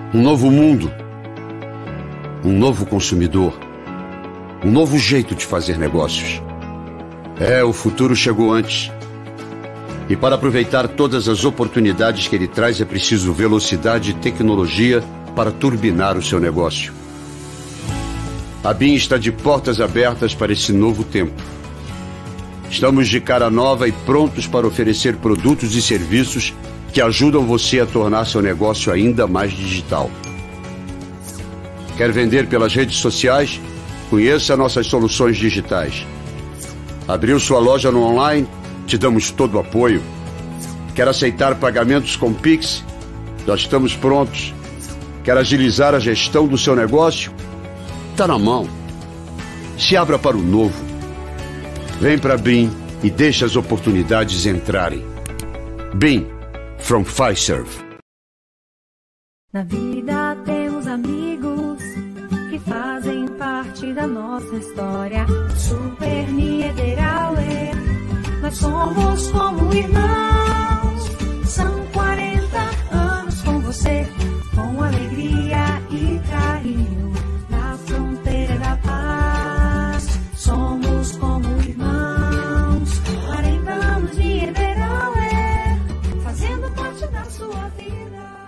Um novo mundo, um novo consumidor, um novo jeito de fazer negócios. O futuro chegou antes. E para aproveitar todas as oportunidades que ele traz, é preciso velocidade e tecnologia para turbinar o seu negócio. A BIM está de portas abertas para esse novo tempo. Estamos de cara nova e prontos para oferecer produtos e serviços que ajudam você a tornar seu negócio ainda mais digital. Quer vender pelas redes sociais? Conheça nossas soluções digitais. Abriu sua loja no online? Te damos todo o apoio. Quer aceitar pagamentos com Pix? Nós estamos prontos. Quer agilizar a gestão do seu negócio? Está na mão. Se abra para o novo. Vem para a BIM e deixe as oportunidades entrarem. BIM, from Fiserv. Na vida temos amigos que fazem parte da nossa história. Super Niederauer, nós somos como irmãos. São 40 anos com você, com alegria e carinho, na fronteira da paz. Somos como irmãos, 40 anos de Niederauer, fazendo parte da sua vida.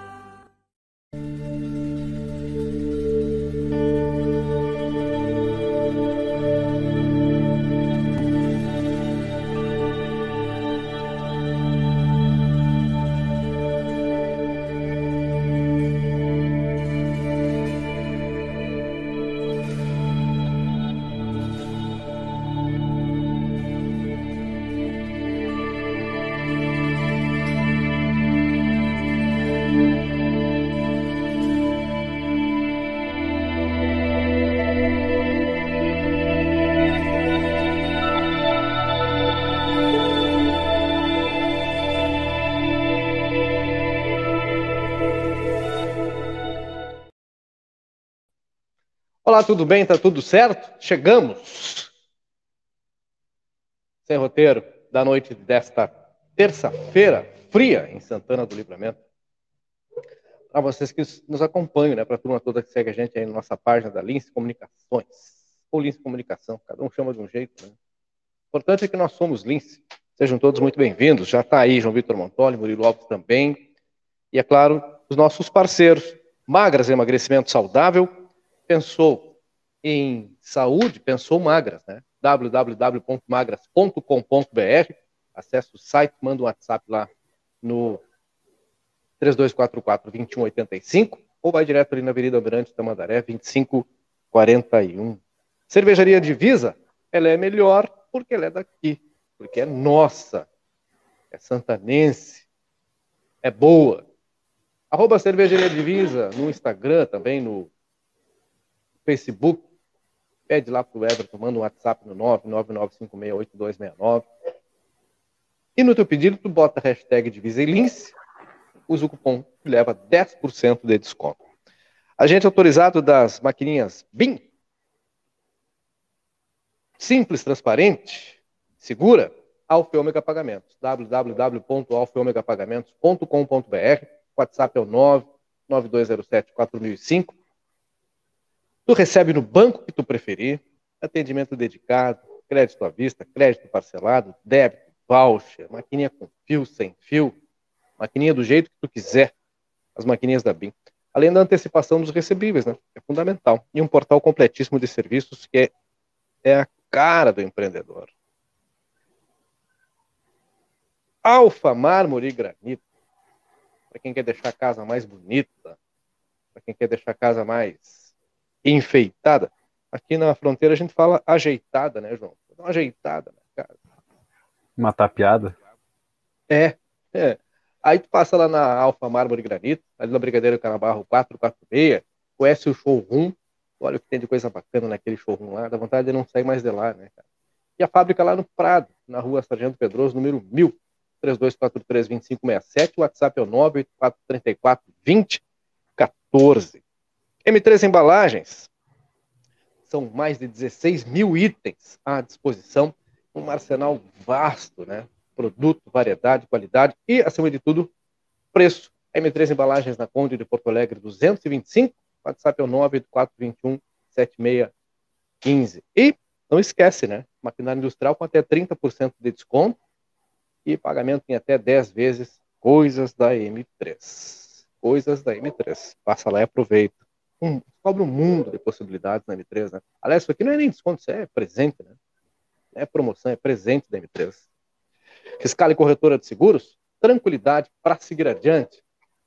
Olá, tudo bem? Tá tudo certo? Chegamos! Sem roteiro, da noite desta terça-feira, fria, em Santana do Livramento. Para vocês que nos acompanham, né? Para a turma toda que segue a gente aí na nossa página da Lince Comunicações, ou Lince Comunicação, cada um chama de um jeito, né? O importante é que nós somos Lince. Sejam todos muito bem-vindos. Já está aí João Vitor Montoli, Murilo Alves também. E, é claro, os nossos parceiros. Magras Emagrecimento Saudável. Pensou em saúde, pensou Magras, né? www.magras.com.br. Acesse o site, manda um WhatsApp lá no 3244-2185 ou vai direto ali na Avenida Almirante Tamandaré, 2541. Cervejaria Divisa, ela é melhor porque ela é daqui, porque é nossa, é santanense, é boa. @ Cervejaria Divisa no Instagram, também no Facebook. Pede lá pro Everton, manda um WhatsApp no 999568269. E no teu pedido, tu bota a hashtag Divisa e Lince, usa o cupom que leva 10% de desconto. Agente autorizado das maquininhas BIM. Simples, transparente, segura. Alfa e Ômega Pagamentos. www.alfaomegapagamentos.com.br. WhatsApp é o 99207-4005. Tu recebe no banco que tu preferir, atendimento dedicado, crédito à vista, crédito parcelado, débito, voucher, maquininha com fio, sem fio, maquininha do jeito que tu quiser, as maquininhas da BIM. Além da antecipação dos recebíveis, né? É fundamental. E um portal completíssimo de serviços que é a cara do empreendedor. Alfa Mármore e Granito. Para quem quer deixar a casa mais bonita, para quem quer deixar a casa mais enfeitada. Aqui na fronteira a gente fala ajeitada, né, João? Uma ajeitada, né, cara? Uma tapeada? É. Aí tu passa lá na Alfa Mármore e Granito, ali na Brigadeiro Canabarro 446, conhece o showroom, olha o que tem de coisa bacana naquele showroom lá, dá vontade de não sair mais de lá, né, cara? E a fábrica lá no Prado, na rua Sargento Pedroso, número 1000, 3243-2567, o WhatsApp é o 98434-2014. M3 Embalagens, são mais de 16 mil itens à disposição, um arsenal vasto, né? Produto, variedade, qualidade e, acima de tudo, preço M3 Embalagens na Conde de Porto Alegre 225, WhatsApp é o 984217615. E não esquece, né? Maquinária industrial com até 30% de desconto e pagamento em até 10 vezes. Coisas da M3. Coisas da M3. Passa lá e aproveita. Cobra um mundo de possibilidades na M3, né? Aliás, isso aqui não é nem desconto, isso é presente, né? Não é promoção, é presente da M3. Fiscal e Corretora de Seguros, tranquilidade para seguir adiante.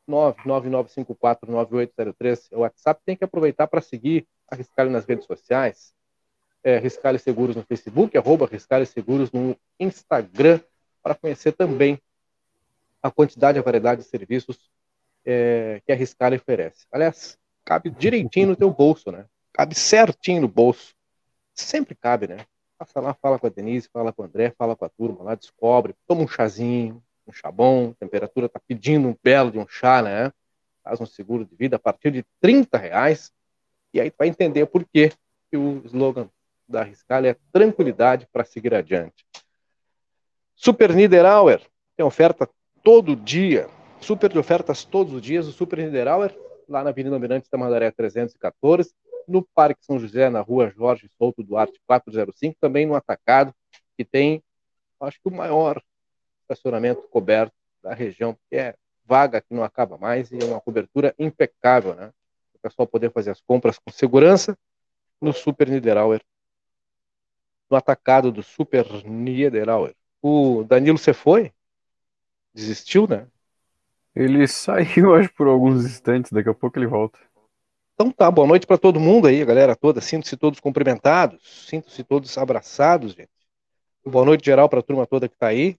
999549803. O WhatsApp tem que aproveitar para seguir a Riscale nas redes sociais. Riscale Seguros no Facebook, @Riscale Seguros no Instagram, para conhecer também a quantidade e a variedade de serviços que a Riscale oferece. Aliás, cabe direitinho no teu bolso, né? Cabe certinho no bolso. Sempre cabe, né? Passa lá, fala com a Denise, fala com o André, fala com a turma lá, descobre, toma um chazinho, um chá bom, a temperatura tá pedindo um belo de um chá, né? Faz um seguro de vida a partir de R$30, e aí tu vai entender por que o slogan da Riscale é tranquilidade para seguir adiante. Super Niederauer tem oferta todo dia, super de ofertas todos os dias, o Super Niederauer, lá na Avenida Almirante Tamandaré 314, no Parque São José, na Rua Jorge Souto Duarte 405, também no Atacado, que tem, acho que o maior estacionamento coberto da região, que é vaga que não acaba mais e é uma cobertura impecável, né? O pessoal poder fazer as compras com segurança no Super Niederauer, no Atacado do Super Niederauer. O Danilo, você foi? Desistiu, né? Ele saiu, acho, por alguns instantes, daqui a pouco ele volta. Então tá, boa noite para todo mundo aí, a galera toda. Sinto-se todos cumprimentados, sinto-se todos abraçados, gente. Boa noite geral para a turma toda que tá aí.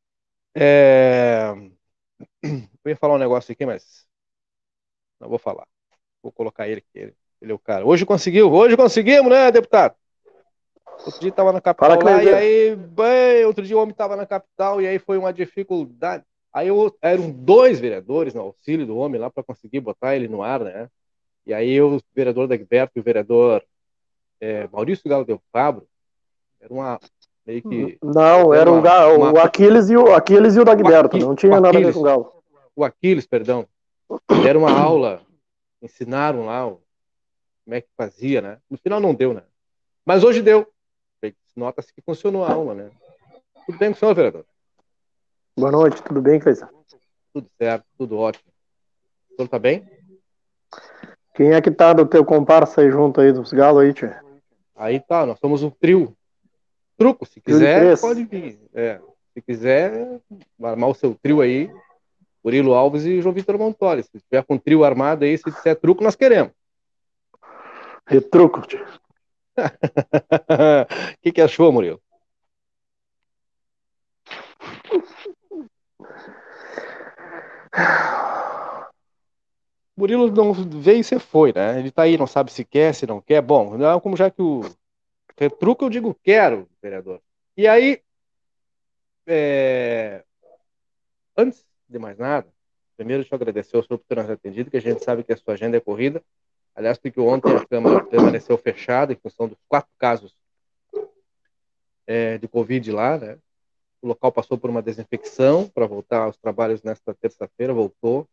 Eu ia falar um negócio aqui, mas não vou falar. Vou colocar ele aqui. Ele é o cara. Hoje conseguimos, né, deputado? Outro dia tava na capital lá, e aí, outro dia o homem tava na capital, e aí foi uma dificuldade. Aí eram 2 vereadores no auxílio do homem lá para conseguir botar ele no ar, né? E aí o vereador Dagberto e o vereador Maurício Galo Del Fabro, era uma meio que... Não, era o Aquiles e o Dagberto, não tinha nada a ver com o Galo. O Aquiles, perdão. Deram uma aula, ensinaram lá como é que fazia, né? No final não deu, né? Mas hoje deu. Nota-se que funcionou a aula, né? Tudo bem com o senhor, vereador? Boa noite, tudo bem, Cleiton? Tudo certo, tudo ótimo. O senhor tá bem? Quem é que tá do teu comparsa aí junto aí dos galos aí, tio? Aí tá, nós somos um trio. Truco, se quiser, pode vir. Se quiser, armar o seu trio aí, Murilo Alves e João Vitor Montoli. Se tiver com um trio armado aí, se disser truco, nós queremos. Retruco, tio. O que achou, Murilo? Murilo não veio e você foi, né? Ele tá aí, não sabe se quer, se não quer. Bom, não, como já que o retruco, eu digo quero, vereador. E aí, antes de mais nada, primeiro deixa eu agradecer ao senhor por ter nos atendido, que a gente sabe que a sua agenda é corrida. Aliás, porque ontem a Câmara permaneceu fechada em função dos 4 casos de Covid lá, né? O local passou por uma desinfecção para voltar aos trabalhos nesta terça-feira, voltou.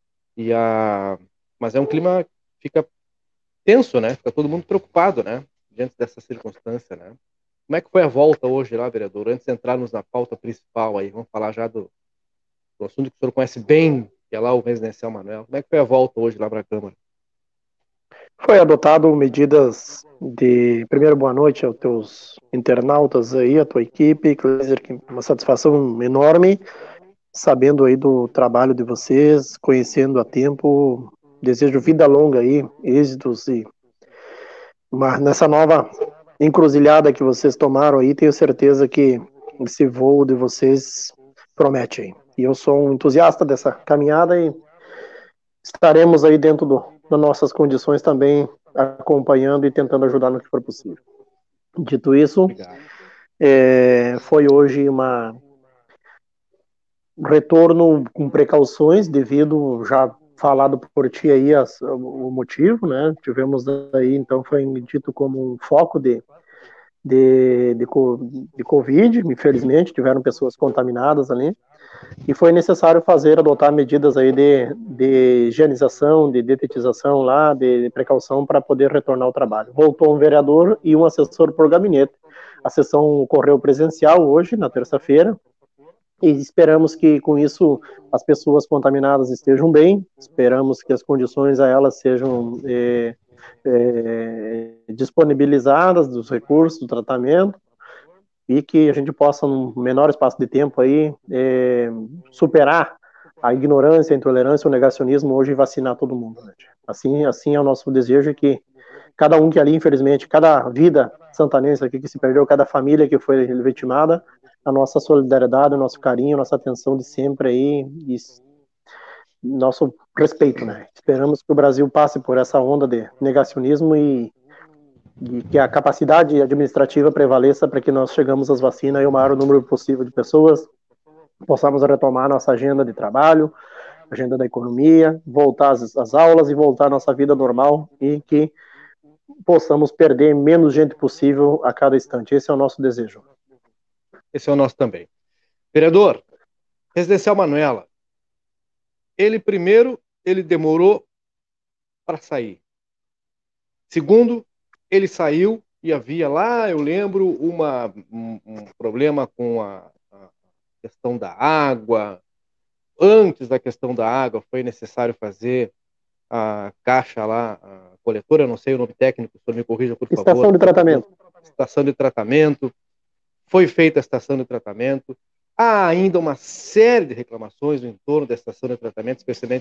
Mas é um clima que fica tenso, né? Fica todo mundo preocupado, né? Diante dessa circunstância, né? Como é que foi a volta hoje lá, vereador? Antes de entrarmos na pauta principal aí, vamos falar já do assunto que o senhor conhece bem, que é lá o Residencial Manuel. Como é que foi a volta hoje lá para a Câmara? Foi adotado medidas de... Primeiro, boa noite aos teus internautas aí, a tua equipe. Uma satisfação enorme, sabendo aí do trabalho de vocês, conhecendo a tempo. Desejo vida longa aí, êxitos nessa nova encruzilhada que vocês tomaram aí, tenho certeza que esse voo de vocês promete aí. E eu sou um entusiasta dessa caminhada e estaremos aí dentro das nossas condições também acompanhando e tentando ajudar no que for possível. Dito isso, foi hoje um retorno com precauções, devido já falado por ti aí o motivo, né? Tivemos aí, então foi dito como um foco de Covid, infelizmente, tiveram pessoas contaminadas ali. e foi necessário adotar medidas aí de higienização, de detetização lá, de precaução para poder retornar ao trabalho. Voltou um vereador e um assessor por gabinete. A sessão ocorreu presencial hoje, na terça-feira, e esperamos que com isso as pessoas contaminadas estejam bem, esperamos que as condições a elas sejam disponibilizadas dos recursos do tratamento e que a gente possa, num menor espaço de tempo aí, superar a ignorância, a intolerância, o negacionismo hoje e vacinar todo mundo. Né? Assim é o nosso desejo, que cada um que ali, infelizmente, cada vida santanense aqui que se perdeu, cada família que foi vitimada, a nossa solidariedade, o nosso carinho, a nossa atenção de sempre aí, e nosso respeito, né? Esperamos que o Brasil passe por essa onda de negacionismo e que a capacidade administrativa prevaleça para que nós chegamos às vacinas e o maior número possível de pessoas, possamos retomar nossa agenda de trabalho, agenda da economia, voltar às aulas e voltar à nossa vida normal e que possamos perder menos gente possível a cada instante. Esse é o nosso desejo. Esse é o nosso também. Vereador, Residencial Manuela, ele demorou para sair. Segundo, ele saiu e havia lá, eu lembro, um problema com a questão da água. Antes da questão da água, foi necessário fazer a caixa lá, a coletora, não sei o nome técnico, o senhor me corrija, por favor. Estação de tratamento. Estação de tratamento. Foi feita a estação de tratamento. Há ainda uma série de reclamações no entorno da estação de tratamento, especialmente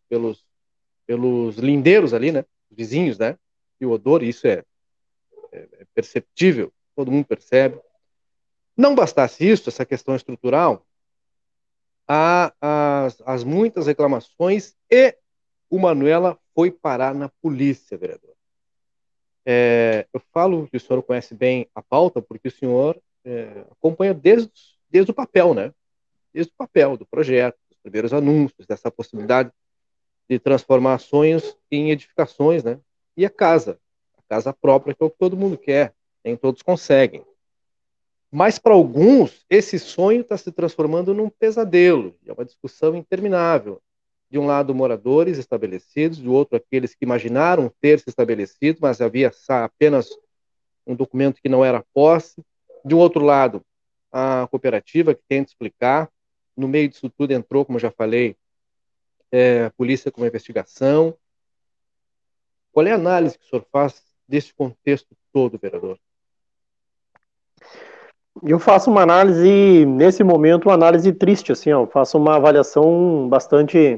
pelos lindeiros ali, né? Os vizinhos, né? E o odor, isso é perceptível, todo mundo percebe. Não bastasse isso, essa questão estrutural, há as muitas reclamações e o Manuela foi parar na polícia, vereador. Eu falo que o senhor conhece bem a pauta, porque o senhor acompanha desde o papel, né? Desde o papel do projeto, dos primeiros anúncios, dessa possibilidade de transformar sonhos em edificações, né? E a casa própria, que é o que todo mundo quer, nem todos conseguem. Mas para alguns, esse sonho está se transformando num pesadelo, é uma discussão interminável. De um lado, moradores estabelecidos, do outro, aqueles que imaginaram ter se estabelecido, mas havia apenas um documento que não era posse. De um outro lado, a cooperativa que tenta explicar. No meio disso tudo entrou, como eu já falei, a polícia com uma investigação. Qual é a análise que o senhor faz desse contexto todo, vereador? Eu faço uma análise, nesse momento, uma análise triste, assim, ó, faço uma avaliação bastante,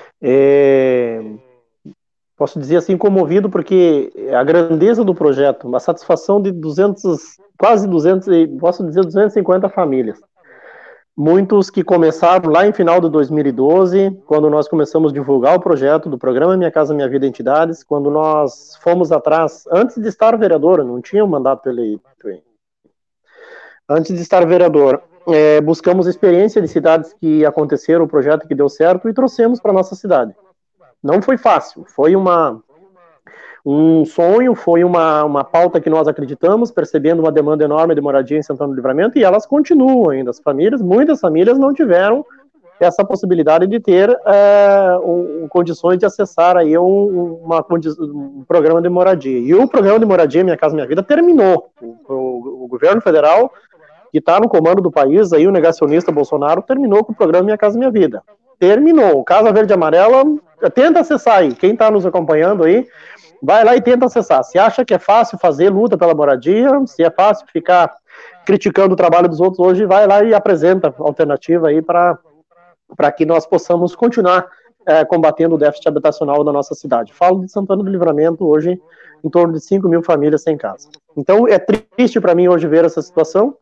posso dizer assim, comovido, porque a grandeza do projeto, a satisfação de quase 200, posso dizer 250 famílias. Muitos que começaram lá em final de 2012, quando nós começamos a divulgar o projeto do programa Minha Casa Minha Vida Entidades, quando nós fomos atrás, antes de estar vereador, não tinha um mandato eleito. Antes de estar vereador, buscamos experiência de cidades que aconteceram, o projeto que deu certo, e trouxemos para a nossa cidade. Não foi fácil, foi um sonho, foi uma pauta que nós acreditamos, percebendo uma demanda enorme de moradia em Santana do Livramento, e elas continuam ainda. Muitas famílias não tiveram essa possibilidade de ter condições de acessar aí um programa de moradia. E o programa de moradia Minha Casa Minha Vida terminou. O governo federal, que está no comando do país, aí o negacionista Bolsonaro, terminou com o programa Minha Casa Minha Vida. Terminou. Casa Verde e Amarela, tenta acessar aí. Quem está nos acompanhando aí, vai lá e tenta acessar. Se acha que é fácil fazer luta pela moradia, se é fácil ficar criticando o trabalho dos outros hoje, vai lá e apresenta alternativa aí para que nós possamos continuar combatendo o déficit habitacional da nossa cidade. Falo de Santana do Livramento, hoje em torno de 5 mil famílias sem casa. Então é triste para mim hoje ver essa situação.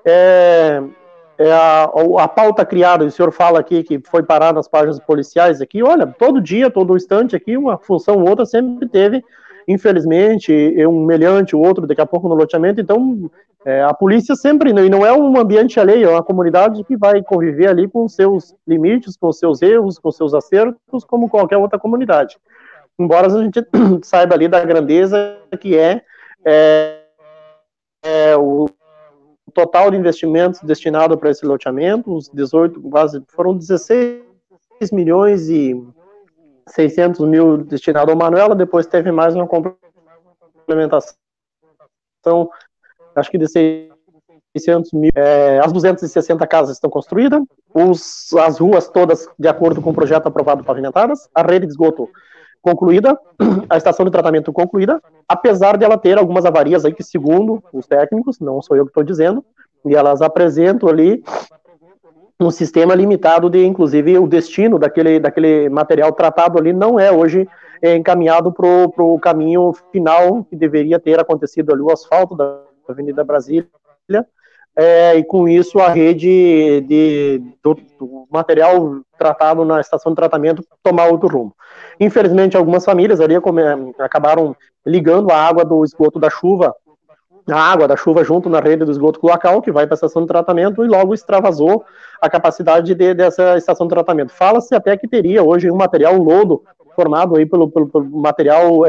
A pauta criada, o senhor fala aqui que foi parar nas páginas policiais aqui, olha, todo dia, todo instante aqui, uma função ou outra sempre teve, infelizmente, um meliante, o outro, daqui a pouco no loteamento. Então a polícia sempre, e não é um ambiente alheio, é uma comunidade que vai conviver ali com seus limites, com seus erros, com seus acertos, como qualquer outra comunidade. Embora a gente saiba ali da grandeza que o total de investimentos destinado para esse loteamento, os 18, quase, foram 16 milhões e 600 mil destinado ao Manuela, depois teve mais uma complementação, acho que de 600 mil, as 260 casas estão construídas, as ruas todas de acordo com o projeto aprovado pavimentadas, a rede de esgoto concluída, a estação de tratamento concluída, apesar de ela ter algumas avarias aí que, segundo os técnicos, não sou eu que estou dizendo, e elas apresentam ali um sistema limitado de, inclusive, o destino daquele material tratado ali não é hoje encaminhado para o caminho final que deveria ter acontecido ali, o asfalto da Avenida Brasília, e com isso a rede do material tratado na estação de tratamento tomar outro rumo. Infelizmente, algumas famílias ali acabaram ligando a água do esgoto da chuva, a água da chuva junto na rede do esgoto cloacal, que vai para a estação de tratamento, e logo extravasou a capacidade dessa estação de tratamento. Fala-se até que teria hoje um material, um lodo, formado aí pelo material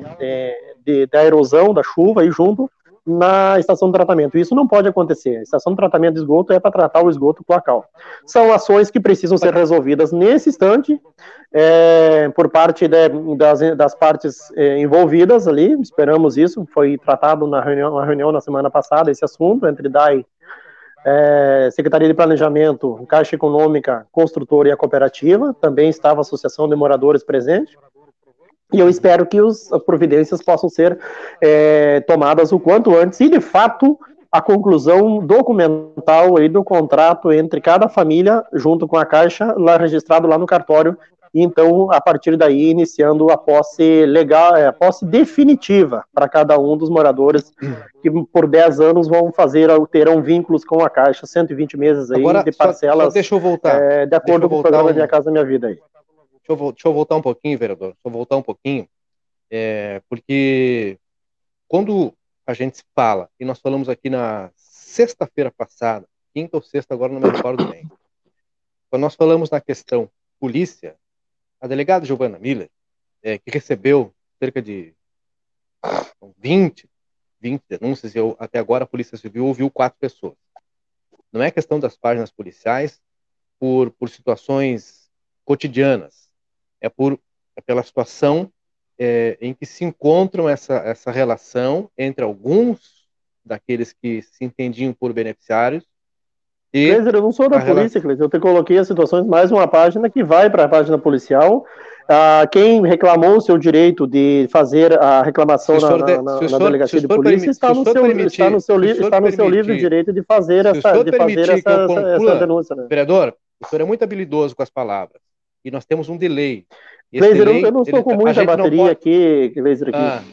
da erosão da chuva e junto na estação de tratamento. Isso não pode acontecer. A estação de tratamento de esgoto é para tratar o esgoto cloacal. São ações que precisam ser resolvidas nesse instante, por parte das partes envolvidas ali. Esperamos isso. Foi tratado na reunião na semana passada, esse assunto, entre DAI, Secretaria de Planejamento, Caixa Econômica, Construtora e a Cooperativa. Também estava a Associação de Moradores presente. E eu espero que as providências possam ser tomadas o quanto antes, e de fato a conclusão documental aí do contrato entre cada família, junto com a Caixa, lá registrado lá no cartório, e então, a partir daí, iniciando a posse legal, a posse definitiva para cada um dos moradores, que por 10 anos terão vínculos com a Caixa, 120 meses aí. Agora, de parcelas, só deixa eu voltar. De acordo com o programa Minha Casa Minha Vida aí. Deixa eu voltar um pouquinho, vereador. Deixa eu voltar um pouquinho, porque quando a gente fala, e nós falamos aqui na sexta-feira passada, quinta ou sexta, agora não me recordo bem, quando nós falamos na questão polícia, a delegada Giovana Miller, que recebeu cerca de 20 denúncias, e até agora a Polícia Civil ouviu 4 pessoas. Não é questão das páginas policiais por situações cotidianas, é pela situação em que se encontram essa relação entre alguns daqueles que se entendiam por beneficiários. Cleiser, eu não sou da polícia, Cleiser. Eu te coloquei as situações, mais uma página que vai para a página policial. Quem reclamou o seu direito de fazer a reclamação na delegacia de polícia está no seu livre direito de fazer essa denúncia. Né? Vereador, o senhor é muito habilidoso com as palavras. E nós temos um delay. Cleiser, eu não estou com muita bateria aqui, Cleiser.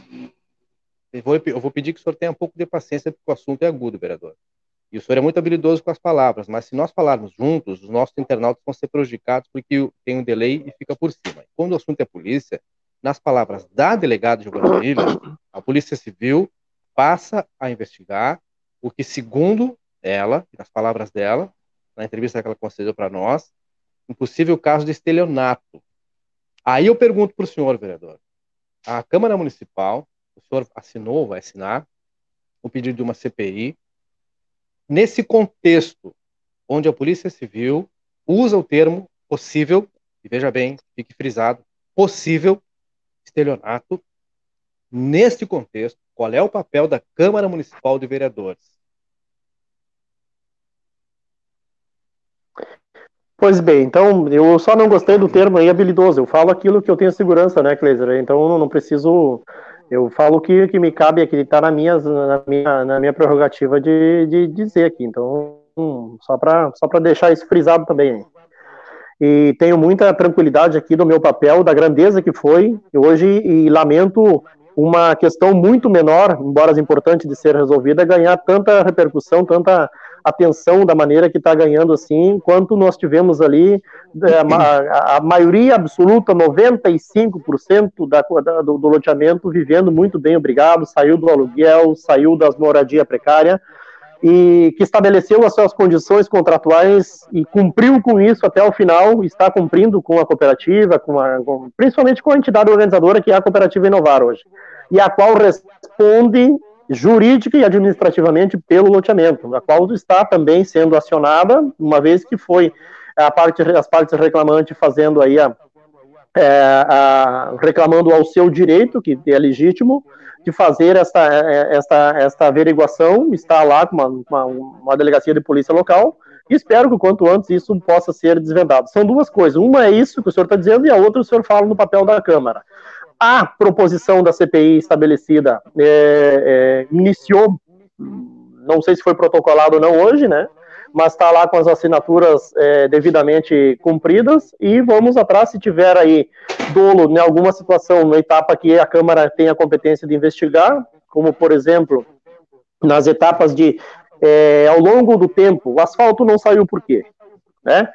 Eu vou pedir que o senhor tenha um pouco de paciência, porque o assunto é agudo, vereador. E o senhor é muito habilidoso com as palavras, mas se nós falarmos juntos, os nossos internautas vão ser prejudicados porque tem um delay e fica por cima. Quando o assunto é polícia, nas palavras da delegada Giovana Miller, a Polícia Civil passa a investigar o que, segundo ela, nas palavras dela, na entrevista que ela concedeu para nós, um possível caso de estelionato. Aí eu pergunto para o senhor, vereador, a Câmara Municipal, o senhor assinou, vai assinar, o pedido de uma CPI, nesse contexto, onde a Polícia Civil usa o termo possível, e veja bem, fique frisado, possível estelionato, nesse contexto, qual é o papel da Câmara Municipal de Vereadores? Pois bem, então, eu só não gostei do termo aí habilidoso. Eu falo aquilo que eu tenho segurança, né, Cleiser? Então, eu não preciso... Eu falo o que me cabe aqui, está na minha prerrogativa de dizer aqui. Então, só para deixar isso frisado também. E tenho muita tranquilidade aqui do meu papel, da grandeza que foi hoje, e lamento uma questão muito menor, embora importante de ser resolvida, ganhar tanta repercussão, tanta atenção da maneira que está ganhando, assim, quanto nós tivemos ali, a maioria absoluta, 95% do loteamento vivendo muito bem, obrigado, saiu do aluguel, saiu das moradias precárias, e que estabeleceu as suas condições contratuais e cumpriu com isso até o final, está cumprindo com a cooperativa, principalmente com a entidade organizadora, que é a Cooperativa Inovar hoje, e a qual responde jurídica e administrativamente pelo loteamento, a qual está também sendo acionada, uma vez que foi as partes reclamantes fazendo aí reclamando ao seu direito, que é legítimo, de fazer esta averiguação, está lá com uma delegacia de polícia local, e espero que o quanto antes isso possa ser desvendado. São duas coisas, uma é isso que o senhor está dizendo, e a outra o senhor fala no papel da Câmara. A proposição da CPI estabelecida iniciou, não sei se foi protocolado ou não hoje, né? Mas está lá com as assinaturas devidamente cumpridas, e vamos atrás, se tiver aí dolo em alguma situação, na etapa que a Câmara tem a competência de investigar, como, por exemplo, nas etapas de, ao longo do tempo, o asfalto não saiu por quê? Né?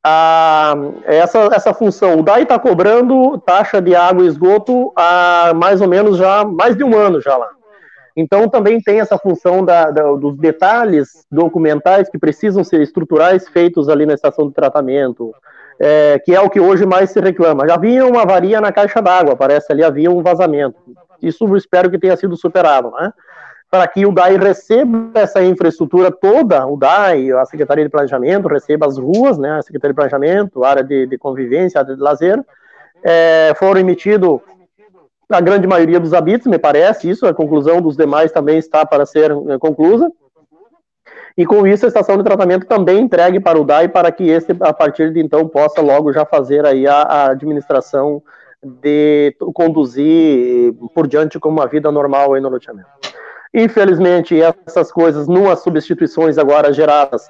Essa função, o DAI está cobrando taxa de água e esgoto há mais ou menos já mais de um ano já lá. Então também tem essa função dos detalhes documentais que precisam ser estruturais feitos ali na estação de tratamento, que é o que hoje mais se reclama. Já havia uma avaria na caixa d'água, parece ali havia um vazamento. Isso eu espero que tenha sido superado, né? Para que o DAI receba essa infraestrutura toda, o DAI, a Secretaria de Planejamento, receba as ruas, né, a Secretaria de Planejamento, a área de convivência, a área de lazer, foram emitidos a grande maioria dos habitos, me parece, isso, a conclusão dos demais também está para ser conclusa, e com isso a estação de tratamento também entregue para o DAI, para que a partir de então, possa logo já fazer aí a administração de conduzir por diante como uma vida normal aí no loteamento. Infelizmente, essas coisas, numas substituições agora geradas,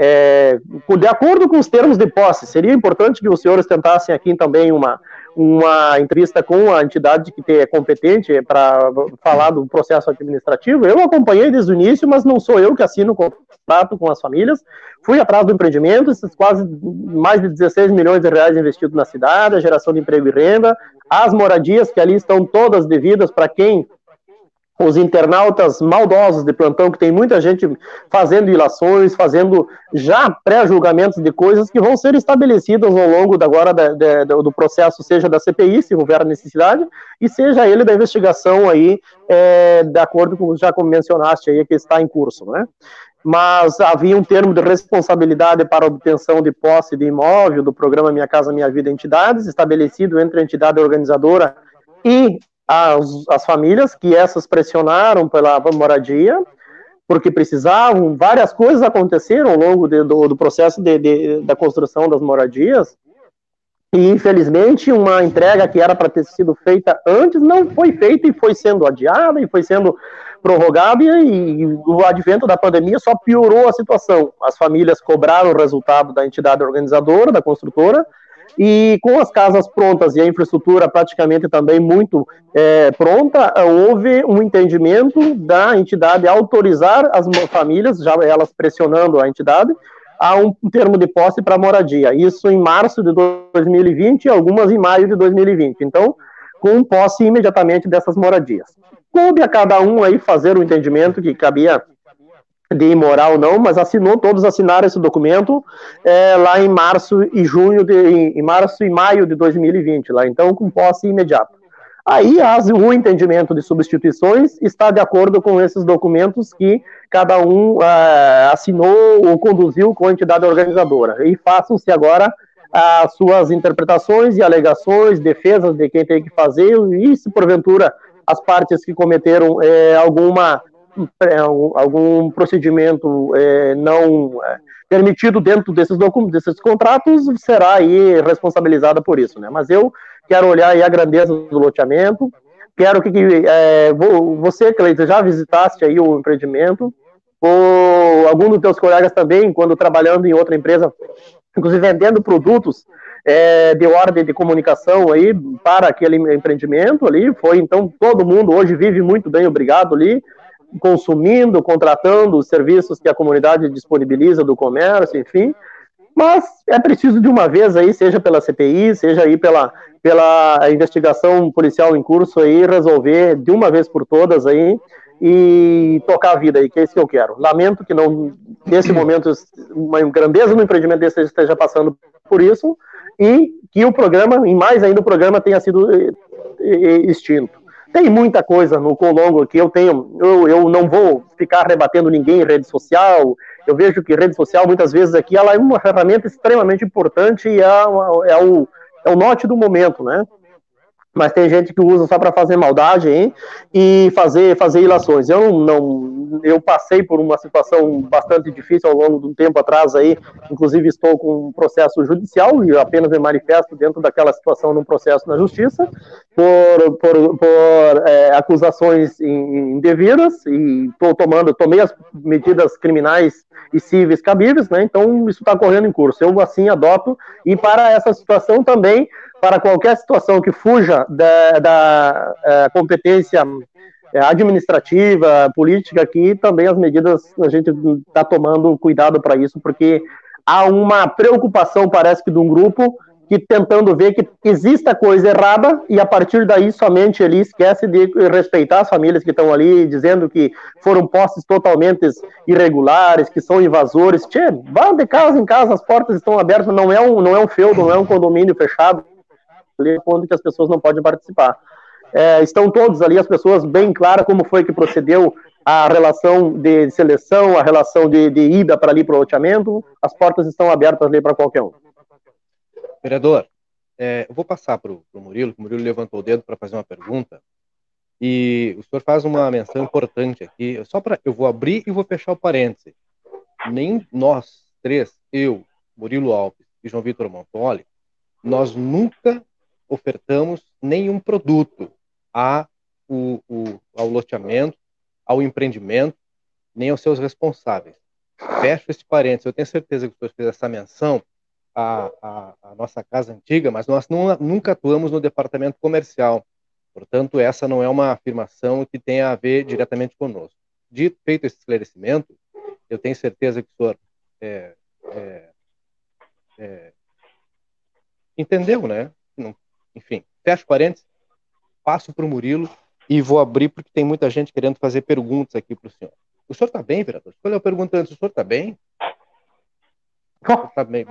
de acordo com os termos de posse, seria importante que os senhores tentassem aqui também uma entrevista com a entidade que é competente para falar do processo administrativo. Eu acompanhei desde o início, mas não sou eu que assino o contrato com as famílias. Fui atrás do empreendimento, esses quase mais de 16 milhões de reais investidos na cidade, a geração de emprego e renda, as moradias que ali estão todas devidas para quem... Os internautas maldosos de plantão, que tem muita gente fazendo ilações, fazendo já pré-julgamentos de coisas que vão ser estabelecidas ao longo do processo, seja da CPI, se houver necessidade, e seja ele da investigação aí, de acordo com, já como mencionaste aí, que está em curso, né? Mas havia um termo de responsabilidade para a obtenção de posse de imóvel do programa Minha Casa Minha Vida Entidades, estabelecido entre a entidade organizadora e as famílias, que essas pressionaram pela moradia, porque precisavam, várias coisas aconteceram ao longo do processo da construção das moradias, e infelizmente uma entrega que era para ter sido feita antes não foi feita, e foi sendo adiada, e foi sendo prorrogada, e o advento da pandemia só piorou a situação. As famílias cobraram o resultado da entidade organizadora, da construtora, e com as casas prontas e a infraestrutura praticamente também muito pronta, houve um entendimento da entidade autorizar as famílias, já elas pressionando a entidade, a um termo de posse para moradia. Isso em março de 2020 e algumas em maio de 2020. Então, com posse imediatamente dessas moradias. Coube a cada um aí fazer o entendimento que cabia de imoral ou não, mas todos assinaram esse documento lá em março e maio de 2020, lá, então com posse imediata. Aí o entendimento de substituições está de acordo com esses documentos que cada um assinou ou conduziu com a entidade organizadora, e façam-se agora as suas interpretações e alegações, defesas de quem tem que fazer, e se porventura as partes que cometeram algum procedimento não permitido dentro desses contratos, será aí responsabilizada por isso, né? Mas eu quero olhar aí a grandeza do loteamento, quero que você, Cleiton, já visitaste aí o empreendimento, ou algum dos teus colegas também, quando trabalhando em outra empresa, inclusive vendendo produtos de ordem de comunicação aí para aquele empreendimento ali, então todo mundo hoje vive muito bem, obrigado ali, consumindo, contratando os serviços que a comunidade disponibiliza do comércio, enfim, mas é preciso de uma vez aí, seja pela CPI, seja aí pela investigação policial em curso aí, resolver de uma vez por todas aí e tocar a vida aí, que é isso que eu quero. Lamento que não, nesse momento, uma grandeza no empreendimento desse esteja passando por isso, e que o programa, e mais ainda o programa, tenha sido extinto. tem muita coisa no Colongo que eu não vou ficar rebatendo ninguém em rede social. Eu vejo que rede social, muitas vezes aqui, ela é uma ferramenta extremamente importante e é o norte do momento, né? Mas tem gente que usa só para fazer maldade, hein? E fazer ilações. Eu passei por uma situação bastante difícil ao longo de um tempo atrás aí, inclusive estou com um processo judicial e apenas me manifesto dentro daquela situação num processo na justiça por acusações indevidas e tomei as medidas criminais e cíveis cabíveis, né? Então isso está correndo em curso. Eu assim adoto, e para essa situação também, para qualquer situação que fuja da competência administrativa, política, aqui também as medidas a gente está tomando cuidado para isso, porque há uma preocupação, parece que, de um grupo que tentando ver que exista coisa errada e a partir daí somente ele esquece de respeitar as famílias que estão ali, dizendo que foram posses totalmente irregulares, que são invasores. Tchê, vá de casa em casa, as portas estão abertas, não é um feudo, não é um condomínio fechado, onde que as pessoas não podem participar. Estão todos ali, as pessoas bem claras como foi que procedeu a relação de seleção, a relação de ida para ali para o loteamento, as portas estão abertas ali para qualquer um. Vereador, eu vou passar para o Murilo, que o Murilo levantou o dedo para fazer uma pergunta, e o senhor faz uma menção importante aqui, eu vou abrir e vou fechar o parêntese. Nem nós três, eu, Murilo Alves e João Vitor Montoli, nós nunca ofertamos nenhum produto ao loteamento, ao empreendimento, nem aos seus responsáveis. Fecho esse parênteses. Eu tenho certeza que o senhor fez essa menção à nossa casa antiga, mas nós nunca atuamos no departamento comercial. Portanto, essa não é uma afirmação que tenha a ver diretamente conosco. Feito esse esclarecimento, eu tenho certeza que o senhor entendeu, né? Enfim, fecho parênteses, passo para o Murilo e vou abrir porque tem muita gente querendo fazer perguntas aqui para o senhor. O senhor está bem, vereador? Escolha a pergunta antes. O senhor está bem? Está bem.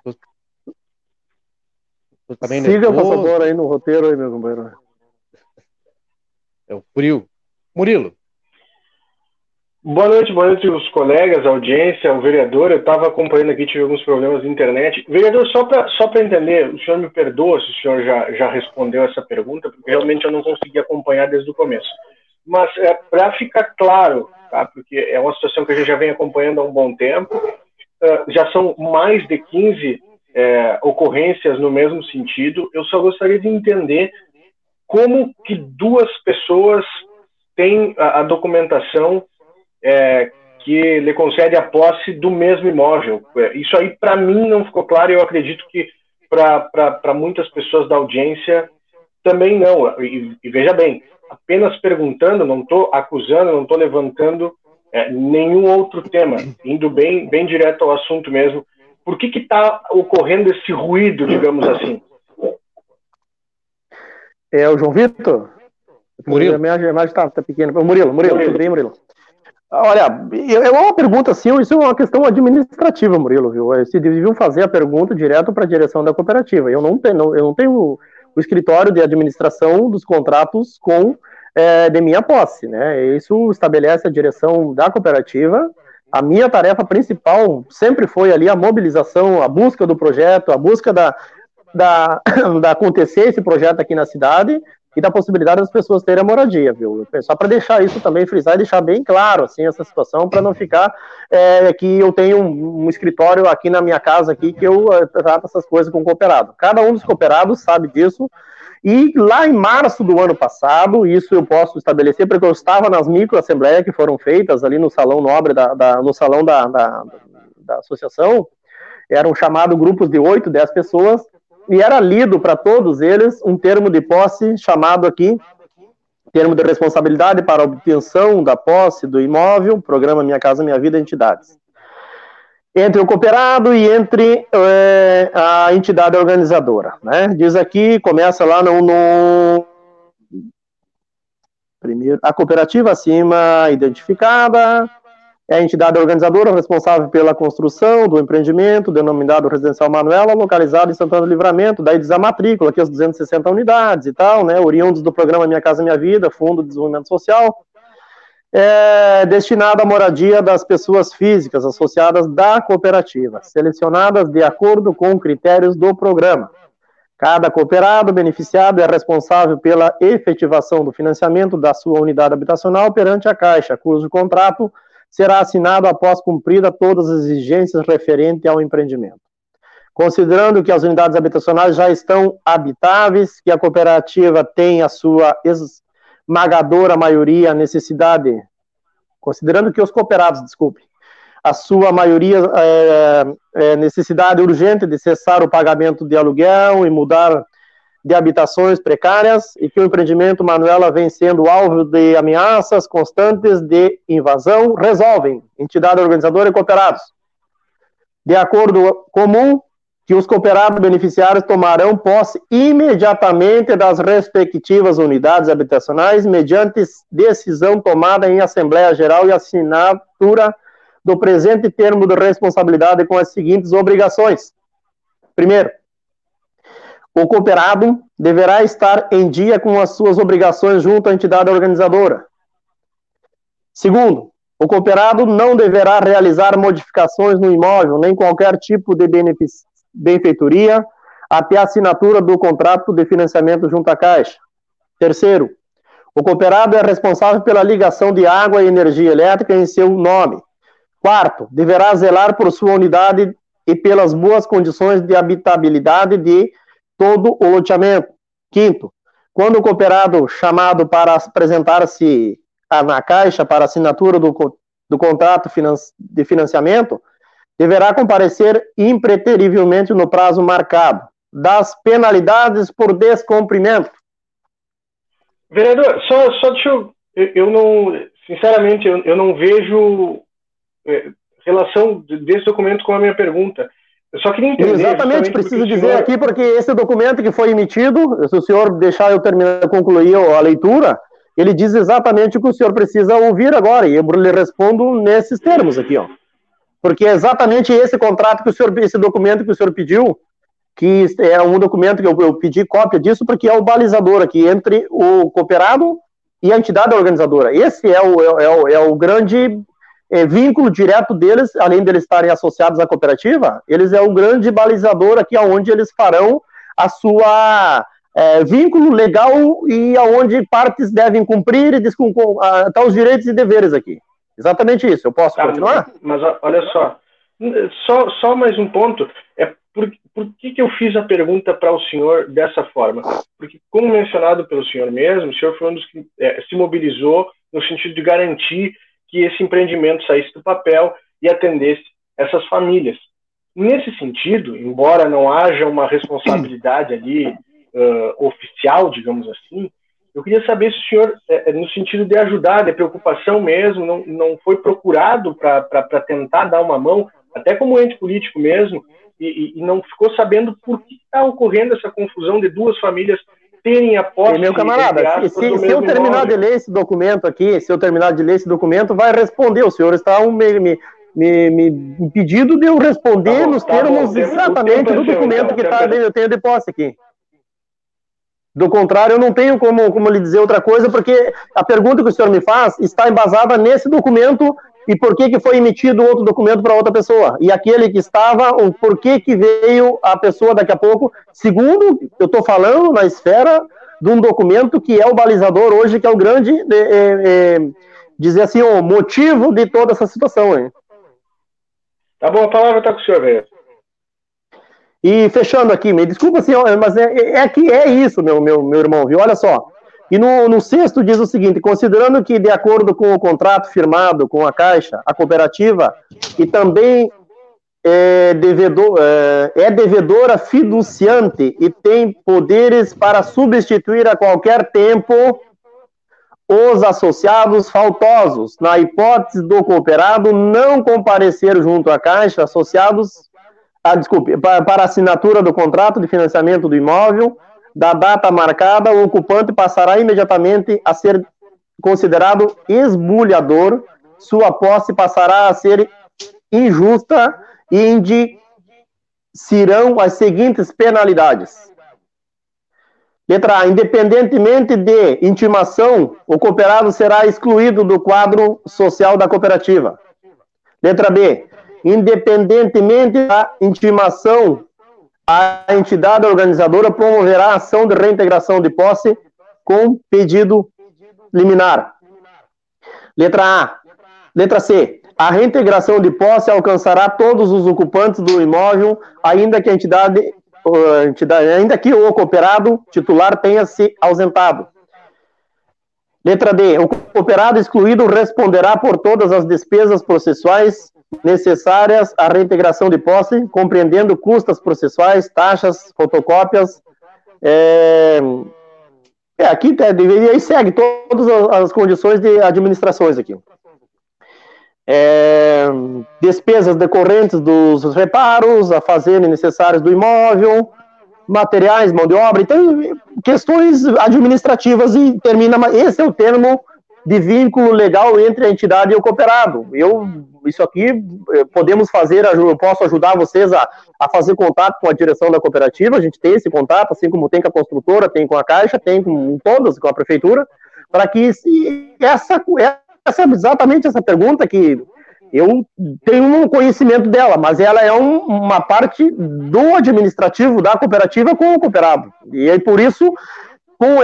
Siga, por favor, aí no roteiro, aí, meu companheiro. É o frio. Murilo. Boa noite os colegas, a audiência, o vereador. Eu estava acompanhando aqui, tive alguns problemas de internet. Vereador, só para entender, o senhor me perdoa se o senhor já respondeu essa pergunta, porque realmente eu não consegui acompanhar desde o começo. Mas para ficar claro, tá, porque é uma situação que a gente já vem acompanhando há um bom tempo, já são mais de 15 ocorrências no mesmo sentido. Eu só gostaria de entender como que duas pessoas têm a documentação que lhe concede a posse do mesmo imóvel. Isso aí, para mim, não ficou claro, e eu acredito que para muitas pessoas da audiência também não. E veja bem, apenas perguntando, não estou acusando, não estou levantando nenhum outro tema, indo bem direto ao assunto mesmo. Por que está ocorrendo esse ruído, digamos assim? O João Vitor? Murilo. A minha imagem está pequena. Murilo, tudo bem, Murilo? Olha, é uma pergunta assim, isso é uma questão administrativa, Murilo, viu? Vocês deviam fazer a pergunta direto para a direção da cooperativa. Eu não tenho o escritório de administração dos contratos de minha posse, né? Isso estabelece a direção da cooperativa. A minha tarefa principal sempre foi ali a mobilização, a busca do projeto, a busca da acontecer esse projeto aqui na cidade e da possibilidade das pessoas terem a moradia, viu? Só para deixar isso também, frisar e deixar bem claro, assim, essa situação, para não ficar que eu tenho um escritório aqui na minha casa, aqui, que eu trato essas coisas com o cooperado. Cada um dos cooperados sabe disso, e lá em março do ano passado, isso eu posso estabelecer, porque eu estava nas microassembleias que foram feitas ali no Salão Nobre, no salão da associação, eram chamados grupos de 8, 10 pessoas, e era lido para todos eles um termo de posse chamado aqui, termo de responsabilidade para a obtenção da posse do imóvel, programa Minha Casa Minha Vida, entidades. Entre o cooperado e entre a entidade organizadora, né? Diz aqui, começa lá no primeiro, a cooperativa acima identificada, é a entidade organizadora responsável pela construção do empreendimento, denominado Residencial Manuela, localizado em Santana do Livramento. Daí diz a matrícula, aqui as 260 unidades e tal, né, oriundos do programa Minha Casa Minha Vida, Fundo de Desenvolvimento Social, destinado à moradia das pessoas físicas associadas da cooperativa, selecionadas de acordo com critérios do programa. Cada cooperado beneficiado é responsável pela efetivação do financiamento da sua unidade habitacional perante a Caixa, cujo contrato será assinado após cumprida todas as exigências referentes ao empreendimento. Considerando que as unidades habitacionais já estão habitáveis, que a cooperativa tem a sua esmagadora maioria necessidade, considerando que os cooperados, a sua maioria necessidade urgente de cessar o pagamento de aluguel e mudar de habitações precárias, e que o empreendimento Manuela vem sendo alvo de ameaças constantes de invasão, resolvem, entidade organizadora e cooperados, de acordo comum, que os cooperados beneficiários tomarão posse imediatamente das respectivas unidades habitacionais, mediante decisão tomada em Assembleia Geral e assinatura do presente termo de responsabilidade com as seguintes obrigações. Primeiro, o cooperado deverá estar em dia com as suas obrigações junto à entidade organizadora. Segundo, o cooperado não deverá realizar modificações no imóvel, nem qualquer tipo de benfeitoria, até a assinatura do contrato de financiamento junto à Caixa. Terceiro, o cooperado é responsável pela ligação de água e energia elétrica em seu nome. Quarto, deverá zelar por sua unidade e pelas boas condições de habitabilidade de todo o loteamento. Quinto, quando o cooperado chamado para apresentar-se na Caixa para assinatura do contrato de financiamento, deverá comparecer impreterivelmente no prazo marcado. Das penalidades por descumprimento. Vereador, só deixa eu não, sinceramente, eu não vejo relação desse documento com a minha pergunta. Eu só queria entender. Exatamente, preciso dizer aqui, porque esse documento que foi emitido, se o senhor deixar eu concluir a leitura, ele diz exatamente o que o senhor precisa ouvir agora, e eu lhe respondo nesses termos aqui, ó. Porque é exatamente esse contrato que o senhor, esse documento que o senhor pediu, que é um documento que eu pedi cópia disso, porque é o balizador aqui entre o cooperado e a entidade organizadora. Esse é o grande vínculo direto deles, além de eles estarem associados à cooperativa, eles é o grande balizador aqui, onde eles farão a sua vínculo legal e aonde partes devem cumprir e tá os direitos e deveres aqui. Exatamente isso. Eu posso continuar? Mas olha só mais um ponto. Por que eu fiz a pergunta para o senhor dessa forma? Porque, como mencionado pelo senhor mesmo, o senhor foi um dos que se mobilizou no sentido de garantir que esse empreendimento saísse do papel e atendesse essas famílias. Nesse sentido, embora não haja uma responsabilidade ali oficial, digamos assim, eu queria saber se o senhor, no sentido de ajudar, de preocupação mesmo, não foi procurado para tentar dar uma mão, até como ente político mesmo, e não ficou sabendo por que está ocorrendo essa confusão de duas famílias terem a posse... Meu camarada, se eu terminar de ler esse documento aqui, vai responder. O senhor está me impedido de eu responder nos termos exatamente do documento que eu tenho de posse aqui. Do contrário, eu não tenho como lhe dizer outra coisa, porque a pergunta que o senhor me faz está embasada nesse documento e por que foi emitido outro documento para outra pessoa. E aquele que estava, por que veio a pessoa daqui a pouco, segundo eu estou falando na esfera de um documento que é o balizador hoje, que é o grande, dizer assim, o motivo de toda essa situação. Hein? Tá bom, a palavra está com o senhor, velho. E fechando aqui, me desculpa, senhor, mas é isso, meu irmão, viu? Olha só. E no sexto diz o seguinte: considerando que, de acordo com o contrato firmado com a Caixa, a cooperativa, e também é devedora fiduciante e tem poderes para substituir a qualquer tempo os associados faltosos, na hipótese do cooperado não comparecer junto à Caixa, associados para assinatura do contrato de financiamento do imóvel, da data marcada, o ocupante passará imediatamente a ser considerado esbulhador sua posse passará a ser injusta e incidirão as seguintes penalidades. Letra A. Independentemente de intimação, o cooperado será excluído do quadro social da cooperativa. Letra B. Independentemente da intimação, a entidade organizadora promoverá a ação de reintegração de posse com pedido liminar. Letra A. Letra C. A reintegração de posse alcançará todos os ocupantes do imóvel, ainda que o cooperado titular tenha se ausentado. Letra D. O cooperado excluído responderá por todas as despesas processuais necessárias à reintegração de posse, compreendendo custas processuais, taxas, fotocópias. Aqui e aí segue todas as condições de administrações aqui. Despesas decorrentes dos reparos, afazeres necessários do imóvel, materiais, mão de obra, então questões administrativas e termina. Esse é o termo de vínculo legal entre a entidade e o cooperado. Isso aqui podemos fazer, eu posso ajudar vocês a fazer contato com a direção da cooperativa, a gente tem esse contato, assim como tem com a construtora, tem com a Caixa, tem com todas, com a prefeitura, para que essa é exatamente essa pergunta que eu tenho um conhecimento dela, mas ela é uma parte do administrativo da cooperativa com o cooperado. E aí, por isso, com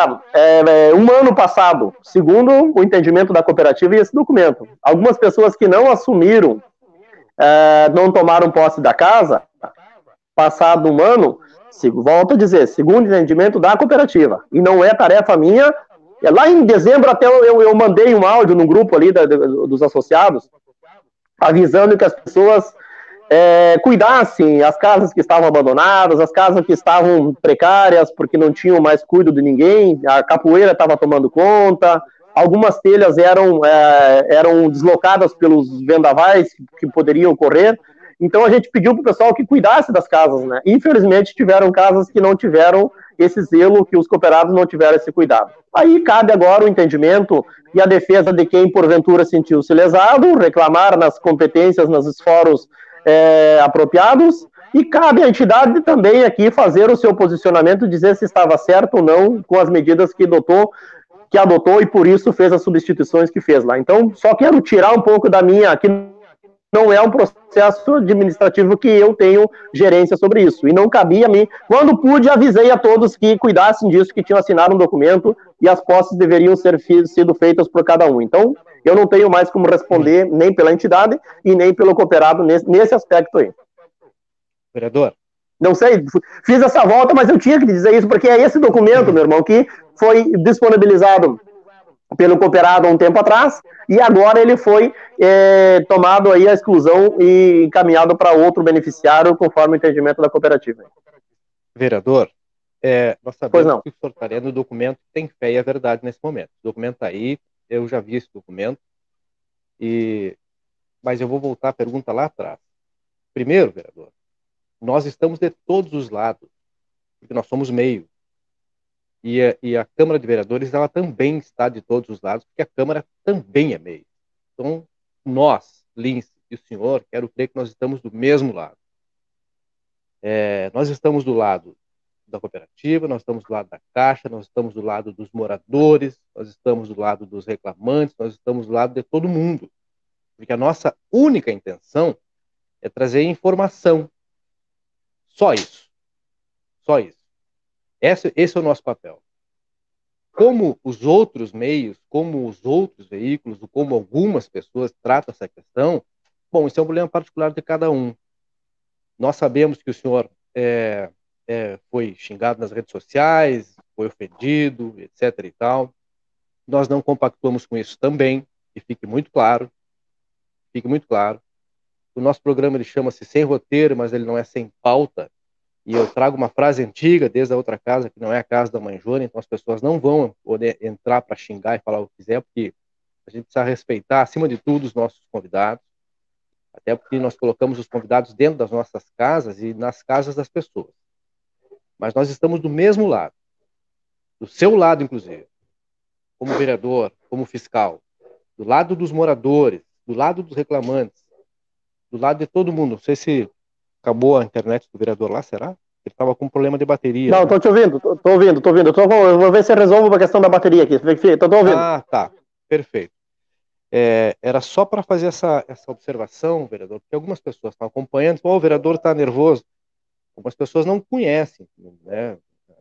um ano passado, segundo o entendimento da cooperativa e esse documento, algumas pessoas que não assumiram, não tomaram posse da casa, passado um ano, volto a dizer, segundo o entendimento da cooperativa, e não é tarefa minha. Lá em dezembro até eu mandei um áudio no grupo ali dos associados, avisando que as pessoas cuidassem as casas que estavam abandonadas, as casas que estavam precárias, porque não tinham mais cuido de ninguém, a capoeira estava tomando conta, algumas telhas eram deslocadas pelos vendavais que poderiam ocorrer. Então a gente pediu para o pessoal que cuidasse das casas, né? Infelizmente tiveram casas que não tiveram esse zelo, que os cooperados não tiveram esse cuidado. Aí cabe agora o entendimento e a defesa de quem porventura sentiu-se lesado, reclamar nas competências, nos fóruns apropriados, e cabe à entidade também aqui fazer o seu posicionamento, dizer se estava certo ou não com as medidas que adotou e por isso fez as substituições que fez lá. Então, só quero tirar um pouco da minha... que não é um processo administrativo que eu tenho gerência sobre isso, e não cabia a mim. Quando pude, avisei a todos que cuidassem disso, que tinham assinado um documento e as posses deveriam sido feitas por cada um. Então, eu não tenho mais como responder nem pela entidade e nem pelo cooperado nesse aspecto aí. Vereador? Não sei, fiz essa volta, mas eu tinha que dizer isso, porque é esse documento, meu irmão, que foi disponibilizado pelo cooperado há um tempo atrás, e agora ele foi tomado aí a exclusão e encaminhado para outro beneficiário, conforme o entendimento da cooperativa. Vereador, nós sabemos que o senhor está lendo o documento tem fé e é verdade nesse momento. O documento está aí, eu já vi esse documento, mas eu vou voltar à pergunta lá atrás. Primeiro, vereador, nós estamos de todos os lados, porque nós somos meio. E a Câmara de Vereadores, ela também está de todos os lados, porque a Câmara também é meio. Então, nós, Lince e o senhor, quero crer que nós estamos do mesmo lado. Nós estamos do lado da cooperativa, nós estamos do lado da Caixa, nós estamos do lado dos moradores, nós estamos do lado dos reclamantes, nós estamos do lado de todo mundo. Porque a nossa única intenção é trazer informação. Só isso. Só isso. Esse é o nosso papel. Como os outros meios, como os outros veículos, como algumas pessoas tratam essa questão, bom, isso é um problema particular de cada um. Nós sabemos que o senhor foi xingado nas redes sociais, foi ofendido, etc. e tal. Nós não compactuamos com isso também, e fique muito claro. Fique muito claro. O nosso programa ele chama-se Sem Roteiro, mas ele não é sem pauta. E eu trago uma frase antiga desde a outra casa, que não é a casa da mãe Joana, então as pessoas não vão poder entrar para xingar e falar o que quiser, porque a gente precisa respeitar, acima de tudo, os nossos convidados, até porque nós colocamos os convidados dentro das nossas casas e nas casas das pessoas. Mas nós estamos do mesmo lado, do seu lado, inclusive, como vereador, como fiscal. do lado dos moradores, do lado dos reclamantes, do lado de todo mundo. Não sei se acabou a internet do vereador lá, será? Ele estava com problema de bateria. Não, né? tô te ouvindo, tô ouvindo. Eu vou ver se eu resolvo a questão da bateria aqui. Tô ouvindo. Ah, tá. Perfeito. Era só para fazer essa observação, vereador, porque algumas pessoas estão acompanhando, o vereador está nervoso. Algumas pessoas não conhecem, né?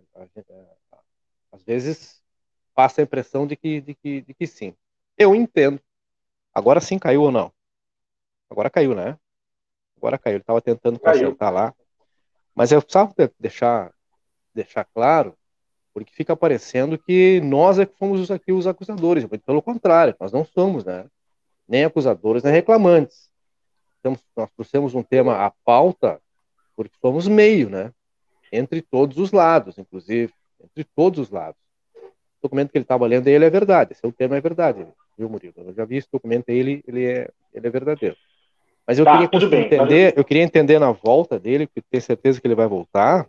Às vezes passa a impressão de que sim. Eu entendo. Agora sim caiu ou não? Agora caiu, né? Agora caiu. Ele estava tentando consertar lá. Mas eu precisava deixar claro, porque fica parecendo que nós é que fomos aqui os acusadores. Pelo contrário, nós não somos, né? Nem acusadores, nem reclamantes. Nós trouxemos um tema à pauta porque somos meio, né? Entre todos os lados, inclusive. Entre todos os lados. O documento que ele estava lendo, ele é verdade. Esse é o tema, é verdade. Viu, Murilo? Eu já vi esse documento, ele é verdadeiro. Mas eu queria conseguir entender, eu queria entender na volta dele, porque tenho certeza que ele vai voltar,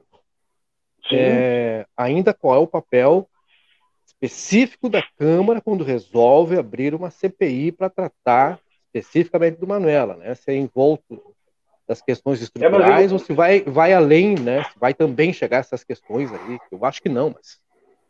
ainda qual é o papel específico da Câmara quando resolve abrir uma CPI para tratar especificamente do Manuela, né? Se é envolto das questões estruturais ou se vai além, né? Se vai também chegar a essas questões aí. Eu acho que não, mas...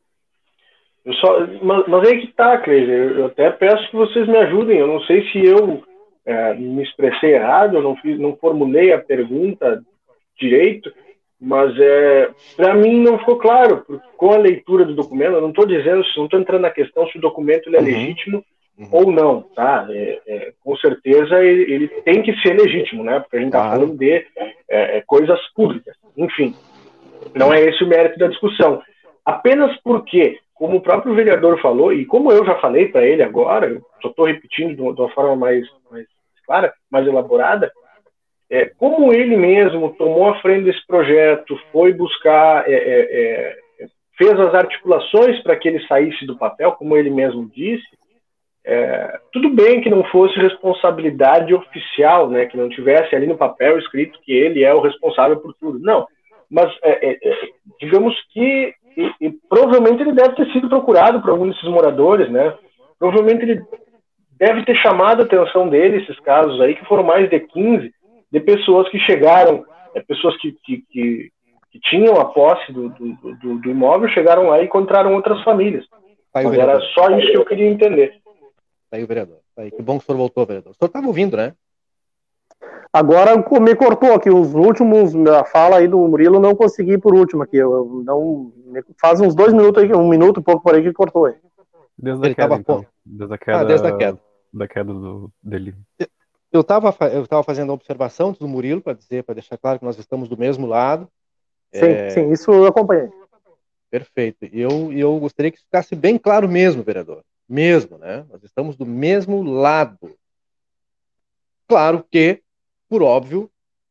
Mas aí que tá, Cleiser. Eu até peço que vocês me ajudem. Eu não sei se eu me expressei errado, eu não formulei a pergunta direito, mas para mim não ficou claro, porque com a leitura do documento, eu não estou dizendo, não estou entrando na questão se o documento ele é legítimo ou não, tá? Com certeza ele tem que ser legítimo, né? Porque a gente está falando de coisas públicas. Enfim, não é esse o mérito da discussão. Apenas porque, como o próprio vereador falou, e como eu já falei para ele agora, eu só estou repetindo de uma forma mais clara, mais elaborada, como ele mesmo tomou a frente desse projeto, foi buscar, fez as articulações para que ele saísse do papel, como ele mesmo disse, tudo bem que não fosse responsabilidade oficial, né, que não tivesse ali no papel escrito que ele é o responsável por tudo. Não, mas digamos que provavelmente ele deve ter sido procurado por algum desses moradores, né? Provavelmente ele deve ter chamado a atenção dele, esses casos aí, que foram mais de 15, de pessoas que chegaram, pessoas que tinham a posse do imóvel, chegaram lá e encontraram outras famílias. Mas era só isso que eu queria entender. Tá aí o vereador. Tá aí. Que bom que o senhor voltou, vereador. O senhor estava ouvindo, né? Agora me cortou aqui, os últimos, a fala aí do Murilo, não consegui por último aqui. Eu não, faz uns 2 minutos aí, 1 minuto e pouco por aí que cortou aí. Desde a queda, então. Desde a queda. Desde a queda. Da queda dele. Eu estava fazendo a observação do Murilo para deixar claro que nós estamos do mesmo lado. Sim, isso eu acompanhei. Perfeito. E eu gostaria que isso ficasse bem claro mesmo, vereador. Mesmo, né? Nós estamos do mesmo lado. Claro que, por óbvio,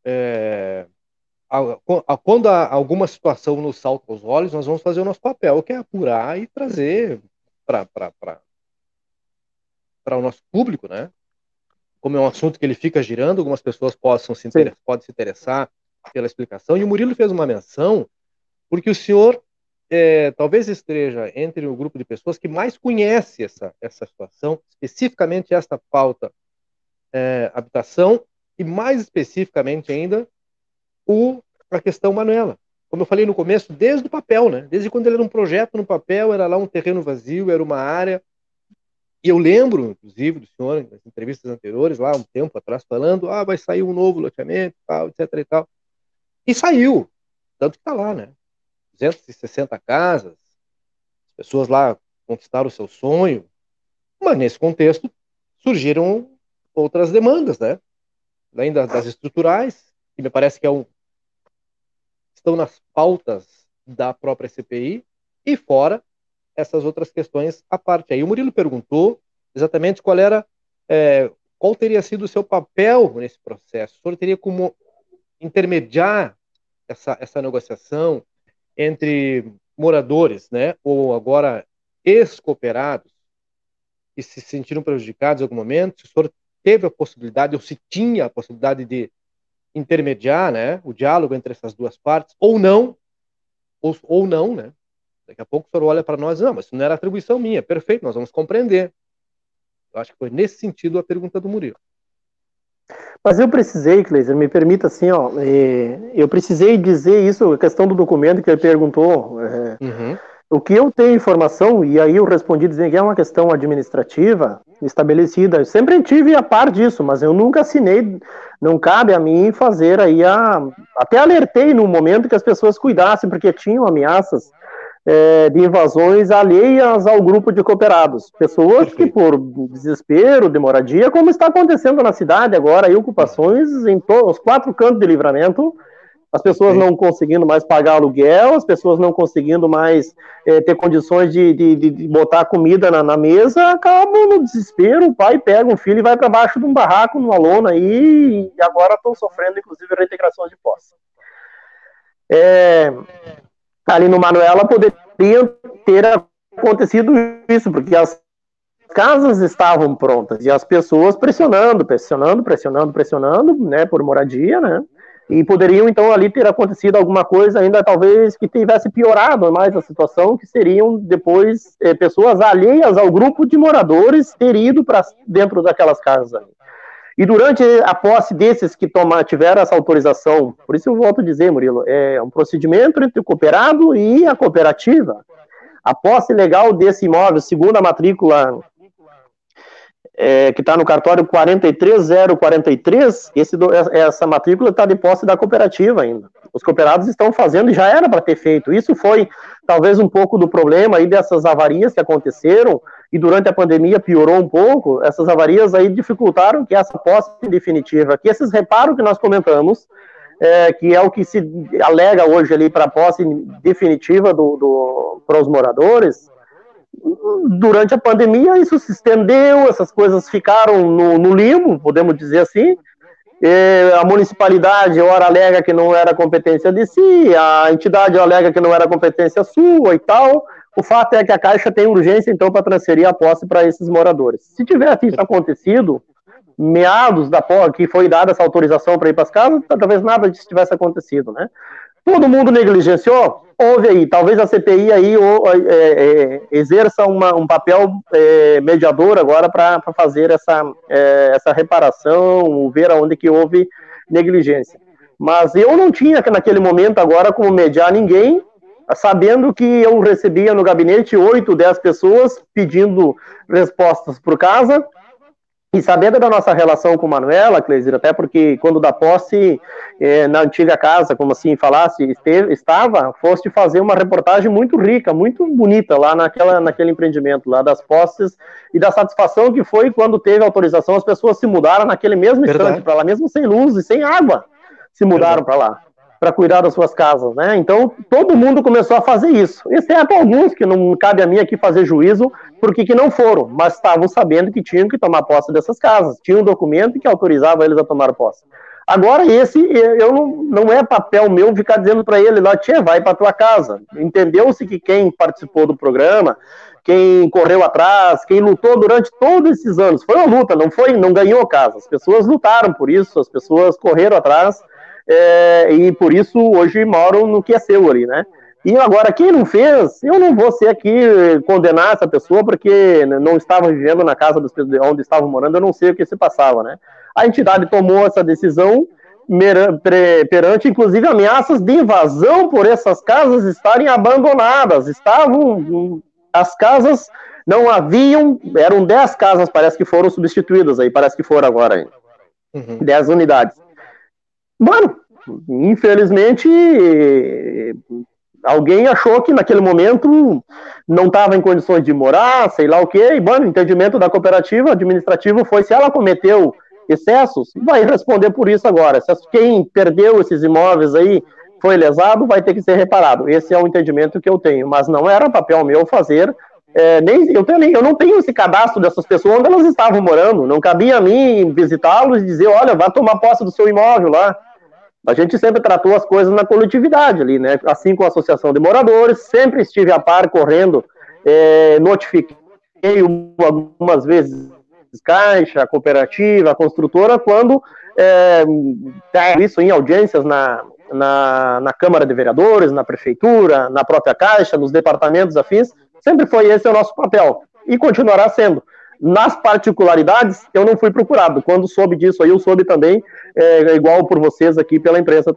quando alguma situação nos salta aos olhos, nós vamos fazer o nosso papel, que é apurar e trazer para o nosso público, né? Como é um assunto que ele fica girando, algumas pessoas podem se interessar pela explicação. E o Murilo fez uma menção, porque o senhor talvez esteja entre o grupo de pessoas que mais conhece essa situação, especificamente esta pauta habitação, e mais especificamente ainda a questão Manuela. Como eu falei no começo, desde o papel, né? Desde quando ele era um projeto no papel, era lá um terreno vazio, era uma área. E eu lembro, inclusive, do senhor, nas entrevistas anteriores, lá um tempo atrás, falando, vai sair um novo loteamento, tal, etc e tal. E saiu. Tanto que está lá, né? 260 casas, as pessoas lá conquistaram o seu sonho, mas nesse contexto surgiram outras demandas, né? Além das estruturais, que me parece que estão nas pautas da própria CPI, e fora essas outras questões à parte. Aí o Murilo perguntou exatamente qual teria sido o seu papel nesse processo. O senhor teria como intermediar essa negociação entre moradores, né, ou agora ex-cooperados que se sentiram prejudicados em algum momento? Se o senhor teve a possibilidade, ou se tinha a possibilidade de intermediar, né, o diálogo entre essas duas partes, ou não, né? Daqui a pouco o senhor olha para nós, não, mas isso não era atribuição minha. Perfeito, nós vamos compreender. Eu acho que foi nesse sentido a pergunta do Murilo. Mas eu precisei, Cleiser, me permita assim, eu precisei dizer isso, a questão do documento que ele perguntou. O que eu tenho informação, e aí eu respondi dizendo que é uma questão administrativa estabelecida. Eu sempre tive a par disso, mas eu nunca assinei, não cabe a mim fazer aí até alertei no momento que as pessoas cuidassem, porque tinham ameaças de invasões alheias ao grupo de cooperados. Pessoas que, por desespero, de moradia, como está acontecendo na cidade agora, aí ocupações em os 4 cantos de Livramento, as pessoas não conseguindo mais pagar aluguel, as pessoas não conseguindo mais ter condições de botar comida na mesa, acabam no desespero, o pai pega um filho e vai para baixo de um barraco, numa lona aí, e agora estão sofrendo, inclusive, reintegrações de posse. Ali no Manuela poderia ter acontecido isso, porque as casas estavam prontas e as pessoas pressionando, né, por moradia, né, e poderiam então ali ter acontecido alguma coisa ainda talvez que tivesse piorado mais a situação, que seriam depois pessoas alheias ao grupo de moradores ter ido para dentro daquelas casas ali. E durante a posse desses que tiveram essa autorização, por isso eu volto a dizer, Murilo, é um procedimento entre o cooperado e a cooperativa. A posse legal desse imóvel, segundo a matrícula que está no cartório 43043, essa matrícula está de posse da cooperativa ainda. Os cooperados estão fazendo e já era para ter feito. Isso foi talvez um pouco do problema aí dessas avarias que aconteceram, e durante a pandemia piorou um pouco. Essas avarias aí dificultaram que essa posse definitiva, que esses reparos que nós comentamos, que é o que se alega hoje ali para a posse definitiva para os moradores, durante a pandemia isso se estendeu, essas coisas ficaram no limbo, podemos dizer assim. A municipalidade ora alega que não era competência de si, a entidade alega que não era competência sua e tal. O fato é que a Caixa tem urgência, então, para transferir a posse para esses moradores. Se tivesse isso acontecido, meados da posse, que foi dada essa autorização para ir para as casas, talvez nada disso tivesse acontecido, né? Todo mundo negligenciou? Houve aí, talvez a CPI aí exerça um papel mediador agora para fazer essa reparação, ver aonde que houve negligência. Mas eu não tinha naquele momento agora como mediar ninguém, sabendo que eu recebia no gabinete 8, 10 pessoas pedindo respostas por casa, e sabendo da nossa relação com Manuela, Cleiser, até porque quando da posse na antiga casa, como assim falasse, foste fazer uma reportagem muito rica, muito bonita lá naquele empreendimento, lá das posses e da satisfação que foi quando teve autorização, as pessoas se mudaram naquele mesmo instante para lá, mesmo sem luz e sem água, se mudaram para lá, para cuidar das suas casas, né? Então, todo mundo começou a fazer isso, exceto alguns, que não cabe a mim aqui fazer juízo, porque que não foram, mas estavam sabendo que tinham que tomar posse dessas casas, tinha um documento que autorizava eles a tomar posse. Agora, não é papel meu ficar dizendo para ele lá, tchê, vai para tua casa. Entendeu-se que quem participou do programa, quem correu atrás, quem lutou durante todos esses anos, foi uma luta, não ganhou casa, as pessoas lutaram por isso, as pessoas correram atrás, e por isso hoje moram no que é seu ali, né? E agora, quem não fez, eu não vou ser aqui condenar essa pessoa porque não estava vivendo na casa onde estavam morando, eu não sei o que se passava, né? A entidade tomou essa decisão perante, inclusive, ameaças de invasão por essas casas estarem abandonadas. As casas não haviam, eram 10 casas, parece que foram substituídas aí, parece que foram agora aí. 10 unidades. Mano, infelizmente, alguém achou que naquele momento não estava em condições de morar, sei lá o quê, e, mano, o entendimento da cooperativa administrativa foi, se ela cometeu excessos, vai responder por isso agora. Quem perdeu esses imóveis aí, foi lesado, vai ter que ser reparado. Esse é o entendimento que eu tenho, mas não era papel meu fazer, eu não tenho esse cadastro dessas pessoas onde elas estavam morando, não cabia a mim visitá-los e dizer, olha, vá tomar posse do seu imóvel lá. A gente sempre tratou as coisas na coletividade ali, né? Assim como a associação de moradores, sempre estive a par, correndo, notifiquei algumas vezes Caixa, a cooperativa, a construtora, quando isso em audiências na Câmara de Vereadores, na Prefeitura, na própria Caixa, nos departamentos afins, sempre foi esse o nosso papel, e continuará sendo. Nas particularidades, eu não fui procurado. Quando soube disso aí, eu soube também, igual por vocês aqui pela imprensa,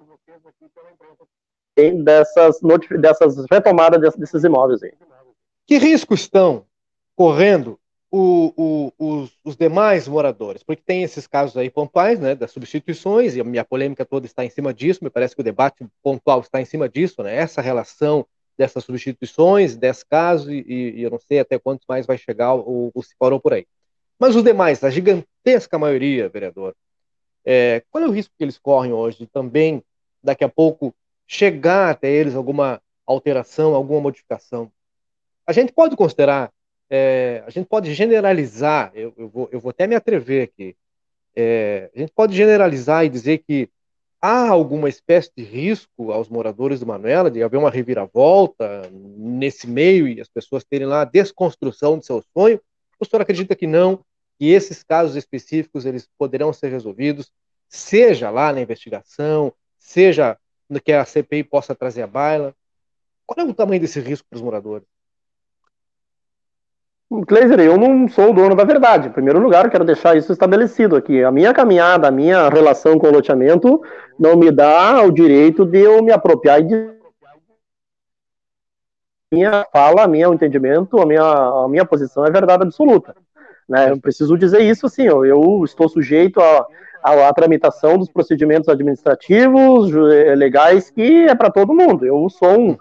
dessas retomadas desses imóveis aí. Que risco estão correndo os demais moradores? Porque tem esses casos aí pontuais, né, das substituições, e a minha polêmica toda está em cima disso, me parece que o debate pontual está em cima disso, né, essa relação dessas substituições, desse caso, e eu não sei até quantos mais vai chegar o se parou por aí. Mas os demais, a gigantesca maioria, vereador, qual é o risco que eles correm hoje também, daqui a pouco, chegar até eles alguma alteração, alguma modificação? A gente pode considerar, a gente pode generalizar, eu vou até me atrever aqui, a gente pode generalizar e dizer que há alguma espécie de risco aos moradores do Manuela de haver uma reviravolta nesse meio e as pessoas terem lá a desconstrução de seu sonho? O senhor acredita que não, que esses casos específicos eles poderão ser resolvidos, seja lá na investigação, seja no que a CPI possa trazer à baila? Qual é o tamanho desse risco para os moradores? Kleiser, eu não sou o dono da verdade. Em primeiro lugar, quero deixar isso estabelecido aqui. A minha caminhada, a minha relação com o loteamento não me dá o direito de eu me apropriar de minha fala, meu entendimento, a minha posição é verdade absoluta. Né? Eu preciso dizer isso, sim. Eu estou sujeito à tramitação dos procedimentos administrativos, legais, que é para todo mundo. Eu sou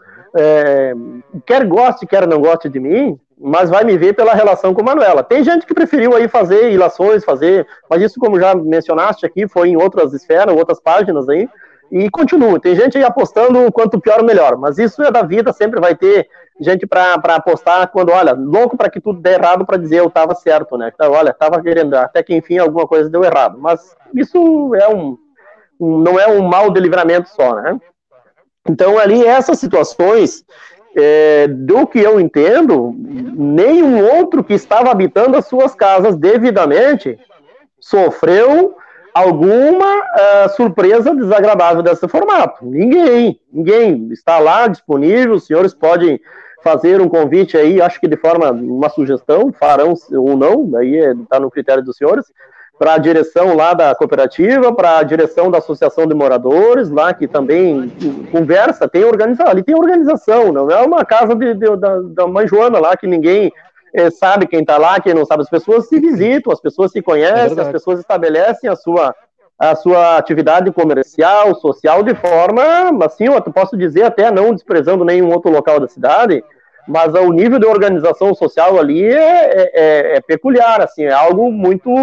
quer goste, quer não goste de mim, mas vai me ver pela relação com a Manuela. Tem gente que preferiu aí fazer ilações, mas isso, como já mencionaste aqui, foi em outras esferas, outras páginas aí, e continua. Tem gente aí apostando quanto pior, melhor, mas isso é da vida, sempre vai ter gente para apostar quando, olha, louco para que tudo dê errado para dizer eu estava certo, né? Então, olha, estava querendo, até que enfim alguma coisa deu errado. Mas isso não é um mal de livramento só, né? Então, ali, essas situações, do que eu entendo, nenhum outro que estava habitando as suas casas devidamente sofreu alguma surpresa desagradável desse formato. Ninguém está lá disponível. Os senhores podem fazer um convite aí, acho que de forma, uma sugestão, farão ou não, aí está no critério dos senhores, para a direção lá da cooperativa, para a direção da associação de moradores, lá que também conversa, tem organização, ali tem organização, não é uma casa da mãe Joana lá, que ninguém sabe quem está lá, quem não sabe. As pessoas se visitam, as pessoas se conhecem, as pessoas estabelecem a sua atividade comercial, social, de forma, assim, eu posso dizer, até não desprezando nenhum outro local da cidade, mas o nível de organização social ali é peculiar, assim, é algo muito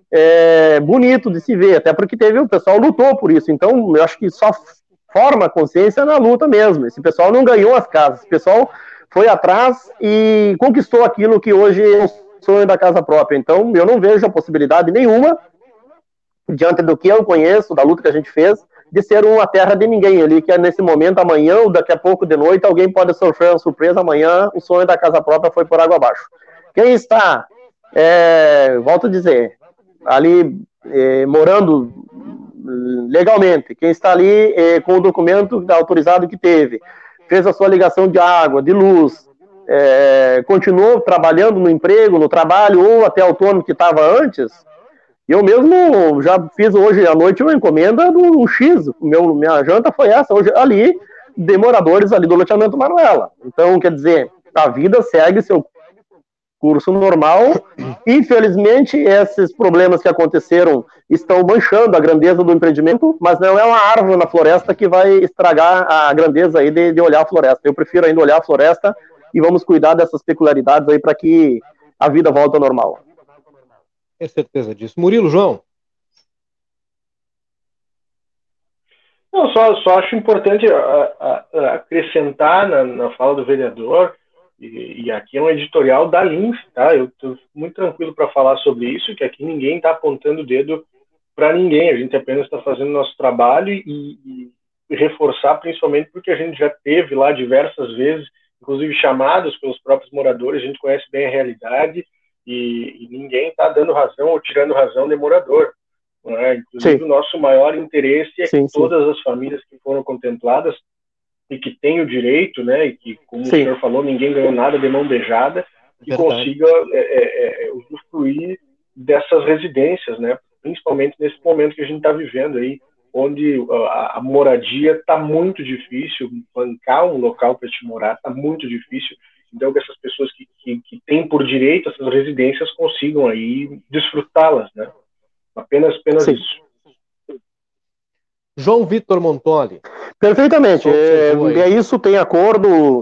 bonito de se ver, até porque o pessoal lutou por isso. Então eu acho que só forma a consciência na luta mesmo. Esse pessoal não ganhou as casas, esse pessoal foi atrás e conquistou aquilo que hoje é o sonho da casa própria. Então eu não vejo a possibilidade nenhuma, diante do que eu conheço, da luta que a gente fez, de ser uma terra de ninguém ali, que nesse momento, amanhã ou daqui a pouco de noite, alguém pode sofrer uma surpresa. Amanhã o sonho da casa própria foi por água abaixo. Quem está, volto a dizer, ali morando legalmente, quem está ali com o documento autorizado que teve, fez a sua ligação de água, de luz, continuou trabalhando no emprego, no trabalho, ou até autônomo que estava antes. Eu mesmo já fiz hoje à noite uma encomenda do X, minha janta foi essa, hoje ali, de moradores ali do loteamento Manuela. Então, quer dizer, a vida segue seu curso normal. Infelizmente, esses problemas que aconteceram estão manchando a grandeza do empreendimento, mas não é uma árvore na floresta que vai estragar a grandeza aí de olhar a floresta. Eu prefiro ainda olhar a floresta e vamos cuidar dessas peculiaridades aí para que a vida volte ao normal. Tenho certeza disso. Murilo, João? Não, só acho importante acrescentar na fala do vereador, e aqui é um editorial da Lince, tá? Eu estou muito tranquilo para falar sobre isso, que aqui ninguém está apontando o dedo para ninguém, a gente apenas está fazendo nosso trabalho e reforçar, principalmente porque a gente já teve lá diversas vezes, inclusive chamados pelos próprios moradores, a gente conhece bem a realidade e ninguém está dando razão ou tirando razão de morador. Não é? Inclusive, o nosso maior interesse é que todas as famílias que foram contempladas e que têm o direito, né, e que, como o senhor falou, ninguém ganhou nada de mão beijada, que consiga usufruir dessas residências, né? Principalmente nesse momento que a gente está vivendo aí, onde a moradia está muito difícil, bancar um local para te morar está muito difícil. Então, que essas pessoas que têm por direito essas residências consigam aí desfrutá-las, né? Apenas Sim. isso. João Vitor Montoli. Perfeitamente. É isso, tem acordo.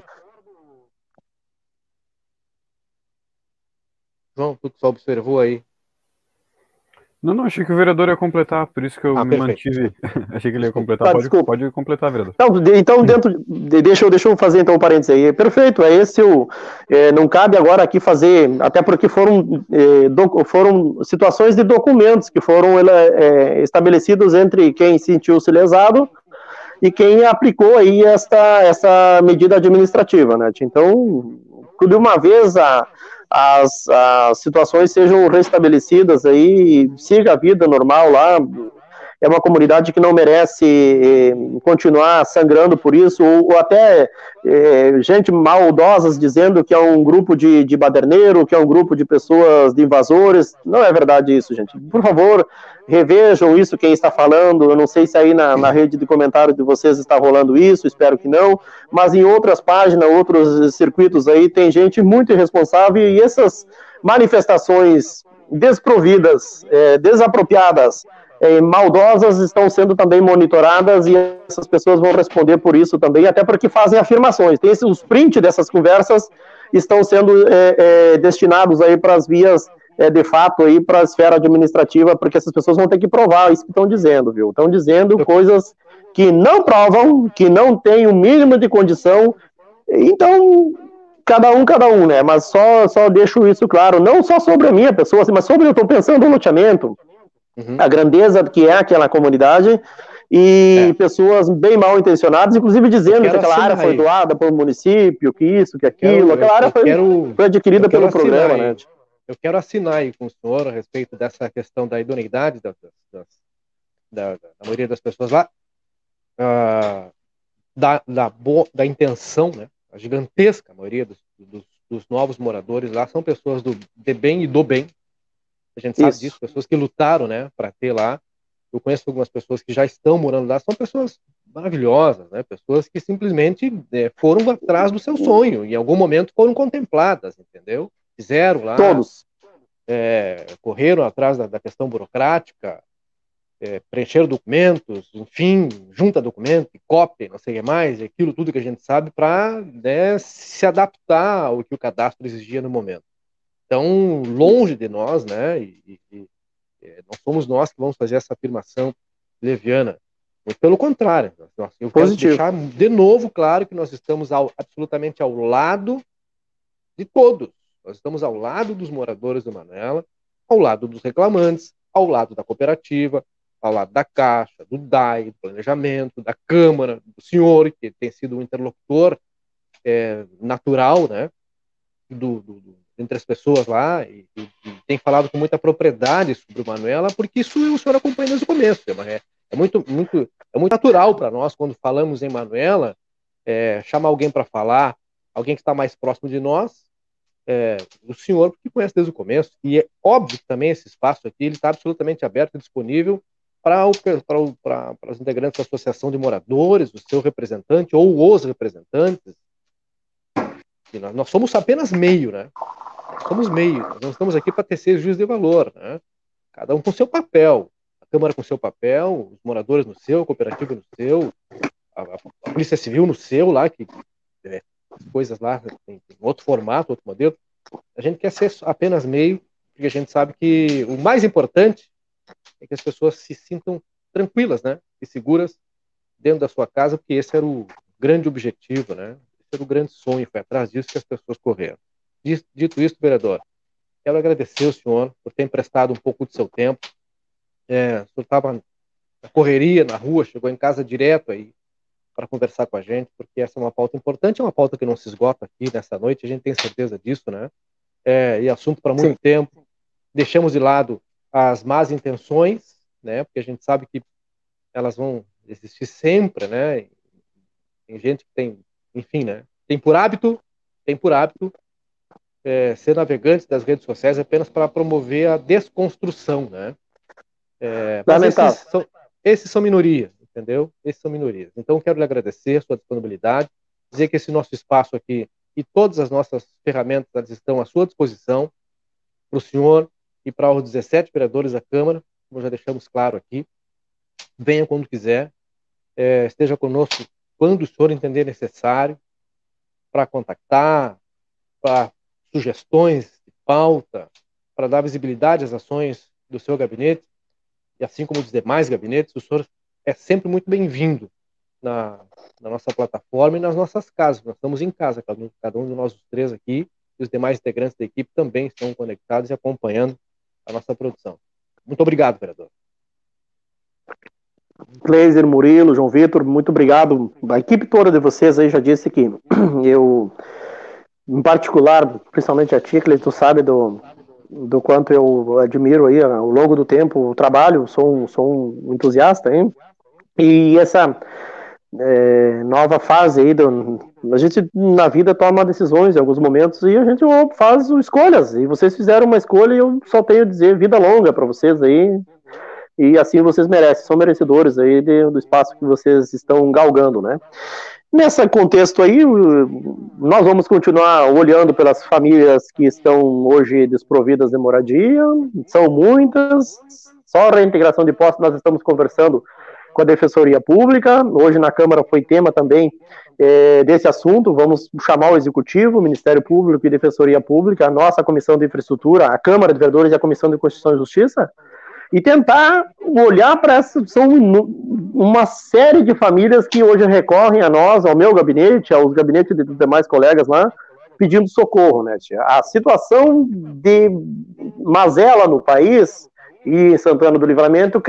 João, tu que só observou aí. Não, achei que o vereador ia completar, por isso que eu me perfeito. mantive. Achei que ele ia completar. Pode completar, vereador. Então, deixa eu fazer então um parênteses aí. Perfeito, não cabe agora aqui fazer, até porque foram situações de documentos que foram estabelecidos entre quem sentiu-se lesado e quem aplicou aí essa medida administrativa, né? Então, de uma vez as situações sejam restabelecidas aí, siga a vida normal lá. É uma comunidade que não merece continuar sangrando por isso, ou até gente maldosas dizendo que é um grupo de baderneiro, que é um grupo de pessoas, de invasores. Não é verdade isso, gente. Por favor, revejam isso, quem está falando. Eu não sei se aí na rede de comentários de vocês está rolando isso, espero que não, mas em outras páginas, outros circuitos aí, tem gente muito irresponsável, e essas manifestações desprovidas, desapropriadas, maldosas estão sendo também monitoradas, e essas pessoas vão responder por isso também, até porque fazem afirmações. Os prints dessas conversas estão sendo destinados aí para as vias de fato aí para a esfera administrativa, porque essas pessoas vão ter que provar isso que estão dizendo, viu? Estão dizendo coisas que não provam, que não têm o mínimo de condição. Então, cada um, né? Mas só deixo isso claro, não só sobre a minha pessoa, mas sobre, eu estou pensando no loteamento, a grandeza que é aquela comunidade, e pessoas bem mal intencionadas, inclusive dizendo que aquela área foi doada pelo município, que isso, que aquilo, aquela área foi adquirida pelo programa, né? Eu quero assinar aí com o senhor a respeito dessa questão da idoneidade da maioria das pessoas lá, da intenção, né? A gigantesca maioria dos novos moradores lá são pessoas de bem e do bem. A gente sabe disso, pessoas que lutaram, né, para ter lá. Eu conheço algumas pessoas que já estão morando lá, são pessoas maravilhosas, né? Pessoas que simplesmente foram atrás do seu sonho, em algum momento foram contempladas, entendeu? Fizeram lá, todos correram atrás da questão burocrática, preencheram documentos, enfim, junta documento, cópia, não sei o que mais, aquilo tudo que a gente sabe para se adaptar ao que o cadastro exigia no momento. Então, longe de nós, né, não somos nós que vamos fazer essa afirmação leviana. Muito pelo contrário, eu quero deixar de novo claro que nós estamos absolutamente ao lado de todos. Nós estamos ao lado dos moradores do Manuela, ao lado dos reclamantes, ao lado da cooperativa, ao lado da Caixa, do DAI, do Planejamento, da Câmara, do senhor, que tem sido um interlocutor natural, né, entre as pessoas lá, e tem falado com muita propriedade sobre o Manuela, porque isso o senhor acompanha desde o começo. É muito natural para nós, quando falamos em Manuela, chamar alguém para falar, alguém que está mais próximo de nós, o senhor, porque conhece desde o começo, e é óbvio que também esse espaço aqui está absolutamente aberto e disponível para os integrantes da associação de moradores, o seu representante ou os representantes. E nós somos apenas meio, né? Somos meio, nós não estamos aqui para tecer juízo de valor, né? Cada um com seu papel, a Câmara com seu papel, os moradores no seu, a cooperativa no seu, a Polícia Civil no seu, lá, que coisas lá tem outro formato, outro modelo. A gente quer ser apenas meio, porque a gente sabe que o mais importante é que as pessoas se sintam tranquilas, né? E seguras dentro da sua casa, porque esse era o grande objetivo, né? Esse era o grande sonho, foi atrás disso que as pessoas correram. Dito isso, vereador, quero agradecer ao senhor por ter emprestado um pouco do seu tempo. O senhor estava na correria, na rua, chegou em casa direto aí para conversar com a gente, porque essa é uma pauta importante, é uma pauta que não se esgota aqui nessa noite, a gente tem certeza disso, né? E assunto para muito tempo. Deixamos de lado as más intenções, né? Porque a gente sabe que elas vão existir sempre, né? Tem gente que tem, enfim, né? Tem por hábito ser navegantes das redes sociais apenas para promover a desconstrução, né? Mas esses são minorias, entendeu? Esses são minorias. Então, quero lhe agradecer a sua disponibilidade, dizer que esse nosso espaço aqui e todas as nossas ferramentas elas estão à sua disposição para o senhor e para os 17 vereadores da Câmara, como já deixamos claro aqui. Venha quando quiser, esteja conosco quando o senhor entender necessário, para contactar, para sugestões de pauta, para dar visibilidade às ações do seu gabinete, e assim como dos demais gabinetes, o senhor é sempre muito bem-vindo na nossa plataforma e nas nossas casas. Nós estamos em casa, cada um de nós os três aqui, e os demais integrantes da equipe também estão conectados e acompanhando a nossa produção. Muito obrigado, vereador. Gleiser, Murilo, João Vitor, muito obrigado. A equipe toda de vocês aí já disse que eu, em particular, principalmente a ti, Cleiser, tu sabe do quanto eu admiro aí ao longo do tempo o trabalho, sou um entusiasta, hein? E essa nova fase aí, a gente na vida toma decisões em alguns momentos e a gente faz escolhas, e vocês fizeram uma escolha e eu só tenho a dizer vida longa para vocês aí, e assim vocês merecem, são merecedores aí do espaço que vocês estão galgando, né? Nesse contexto aí, nós vamos continuar olhando pelas famílias que estão hoje desprovidas de moradia, são muitas, só a reintegração de postos nós estamos conversando com a Defensoria Pública, hoje na Câmara foi tema também desse assunto, vamos chamar o Executivo, o Ministério Público e Defensoria Pública, a nossa Comissão de Infraestrutura, a Câmara de Vereadores e a Comissão de Constituição e Justiça, e tentar olhar para são uma série de famílias que hoje recorrem a nós, ao meu gabinete, aos gabinetes dos demais colegas lá, pedindo socorro, né, tia? A situação de mazela no país e em Santana do Livramento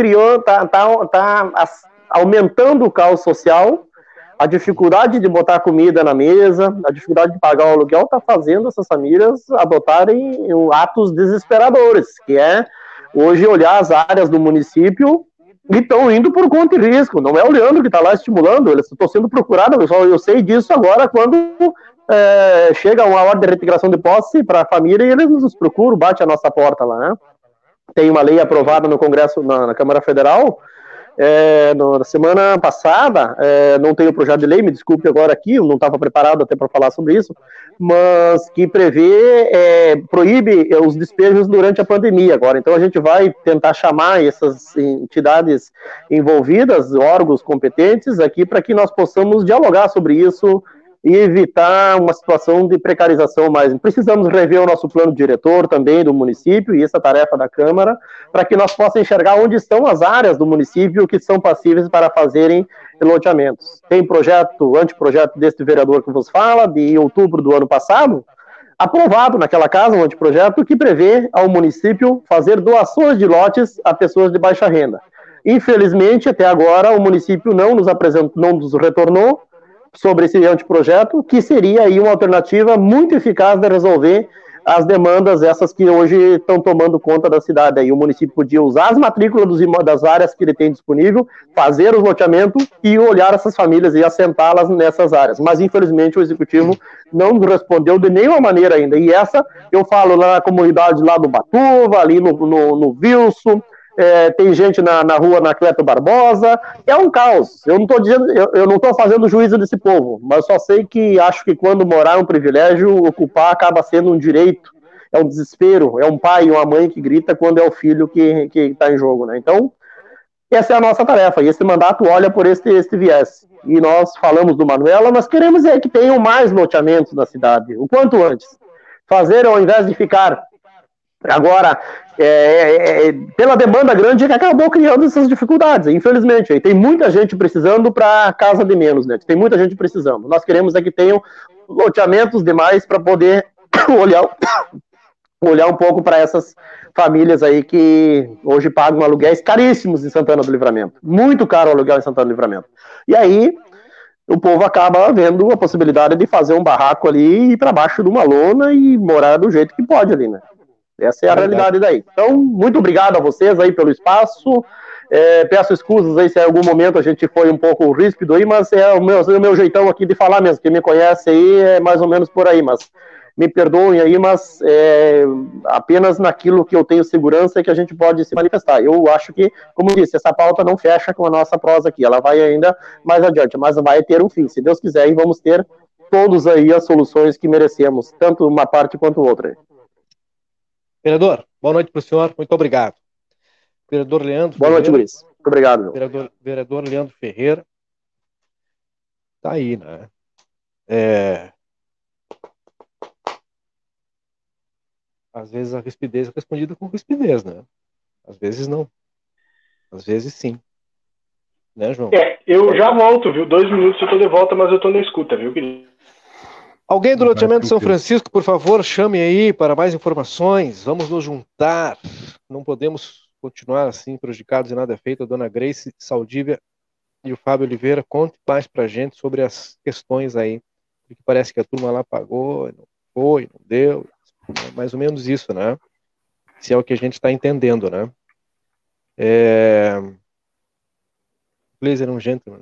tá aumentando o caos social, a dificuldade de botar comida na mesa, a dificuldade de pagar o aluguel está fazendo essas famílias adotarem atos desesperadores, que é hoje olhar as áreas do município e estão indo por conta e risco. Não é o Leandro que está lá estimulando, eles estão sendo procurados. Eu sei disso agora quando chega uma ordem de reintegração de posse para a família e eles nos procuram, bate a nossa porta lá, né? Tem uma lei aprovada no Congresso, na Câmara Federal, na semana passada, não tenho projeto de lei, me desculpe agora aqui, eu não estava preparado até para falar sobre isso, mas que proíbe os despejos durante a pandemia agora. Então a gente vai tentar chamar essas entidades envolvidas, órgãos competentes aqui, para que nós possamos dialogar sobre isso e evitar uma situação de precarização mais. Precisamos rever o nosso plano diretor também do município, e essa tarefa da Câmara, para que nós possamos enxergar onde estão as áreas do município que são passíveis para fazerem loteamentos. Tem anteprojeto deste vereador que vos fala, de outubro do ano passado, aprovado naquela casa, um anteprojeto que prevê ao município fazer doações de lotes a pessoas de baixa renda. Infelizmente, até agora, o município não nos retornou sobre esse anteprojeto, que seria aí uma alternativa muito eficaz de resolver as demandas essas que hoje estão tomando conta da cidade. Aí o município podia usar as matrículas das áreas que ele tem disponível, fazer os loteamentos e olhar essas famílias e assentá-las nessas áreas. Mas, infelizmente, o Executivo não nos respondeu de nenhuma maneira ainda. E essa, eu falo lá na comunidade lá do Batuva, ali no Wilson, tem gente na rua, na Cleto Barbosa, é um caos. Eu não estou fazendo juízo desse povo, mas só sei que acho que quando morar é um privilégio, ocupar acaba sendo um direito, é um desespero, é um pai e uma mãe que grita quando é o filho que está em jogo, né? Então, essa é a nossa tarefa, e esse mandato olha por este viés. E nós falamos do Manuela, nós queremos que tenham mais loteamentos na cidade, o quanto antes. Fazer ao invés de ficar agora, pela demanda grande que acabou criando essas dificuldades, infelizmente. E tem muita gente precisando para casa de menos, né? Tem muita gente precisando. Nós queremos que tenham loteamentos demais para poder olhar um pouco para essas famílias aí que hoje pagam aluguéis caríssimos em Santana do Livramento. Muito caro o aluguel em Santana do Livramento. E aí o povo acaba vendo a possibilidade de fazer um barraco ali e ir para baixo de uma lona e morar do jeito que pode ali, né? Essa é a realidade daí. Então, muito obrigado a vocês aí pelo espaço. Peço escusas aí se em algum momento a gente foi um pouco ríspido aí, mas é o meu jeitão aqui de falar mesmo. Quem me conhece aí é mais ou menos por aí, mas me perdoem aí, mas apenas naquilo que eu tenho segurança é que a gente pode se manifestar. Eu acho que, como disse, essa pauta não fecha com a nossa prosa aqui, ela vai ainda mais adiante, mas vai ter um fim, se Deus quiser, e vamos ter todos aí as soluções que merecemos, tanto uma parte quanto outra. Vereador, boa noite para o senhor, muito obrigado. Vereador Leandro Boa noite, Ferreira. Luiz. Muito obrigado. Vereador Leandro Ferreira. Tá aí, né? Às vezes a rispidez é respondida com rispidez, né? Às vezes não. Às vezes sim. Né, João? Eu já volto, viu? 2 minutos eu tô de volta, mas eu tô na escuta, viu, querido? Alguém do loteamento de São Francisco, por favor, chame aí para mais informações. Vamos nos juntar. Não podemos continuar assim, prejudicados e nada é feito. A dona Grace Saldívia e o Fábio Oliveira, conte mais para a gente sobre as questões aí. Porque parece que a turma lá pagou, não foi, não deu. É mais ou menos isso, né? Se é o que a gente está entendendo, né? Blazer é um gentleman.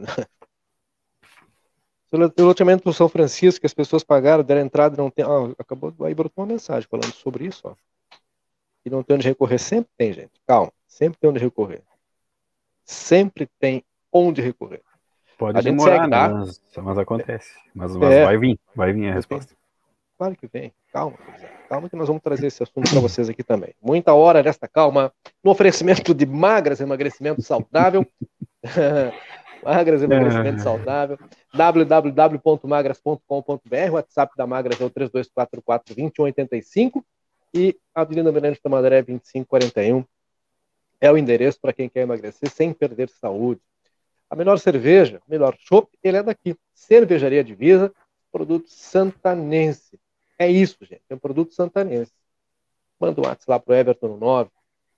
O loteamento do São Francisco, que as pessoas pagaram, deram entrada, não tem. Acabou, aí brotou uma mensagem falando sobre isso, ó. E não tem onde recorrer. Sempre tem, gente. Calma. Sempre tem onde recorrer. Sempre tem onde recorrer. Pode a gente demorar, segue, né? tá? Mas acontece. Mas vai vir a resposta. Claro que vem. Calma, calma que nós vamos trazer esse assunto para vocês aqui também. Muita hora desta calma, no oferecimento de Magras Emagrecimento Saudável. Magras Emagrecimento Saudável. www.magras.com.br. O WhatsApp da Magras é o 3244-2185 e a Avenida Mirante Tamandaré 2541 é o endereço para quem quer emagrecer sem perder saúde. A melhor cerveja, o melhor chopp, ele é daqui. Cervejaria Divisa, produto santanense. É isso, gente. É um produto santanense. Manda um WhatsApp lá pro Everton no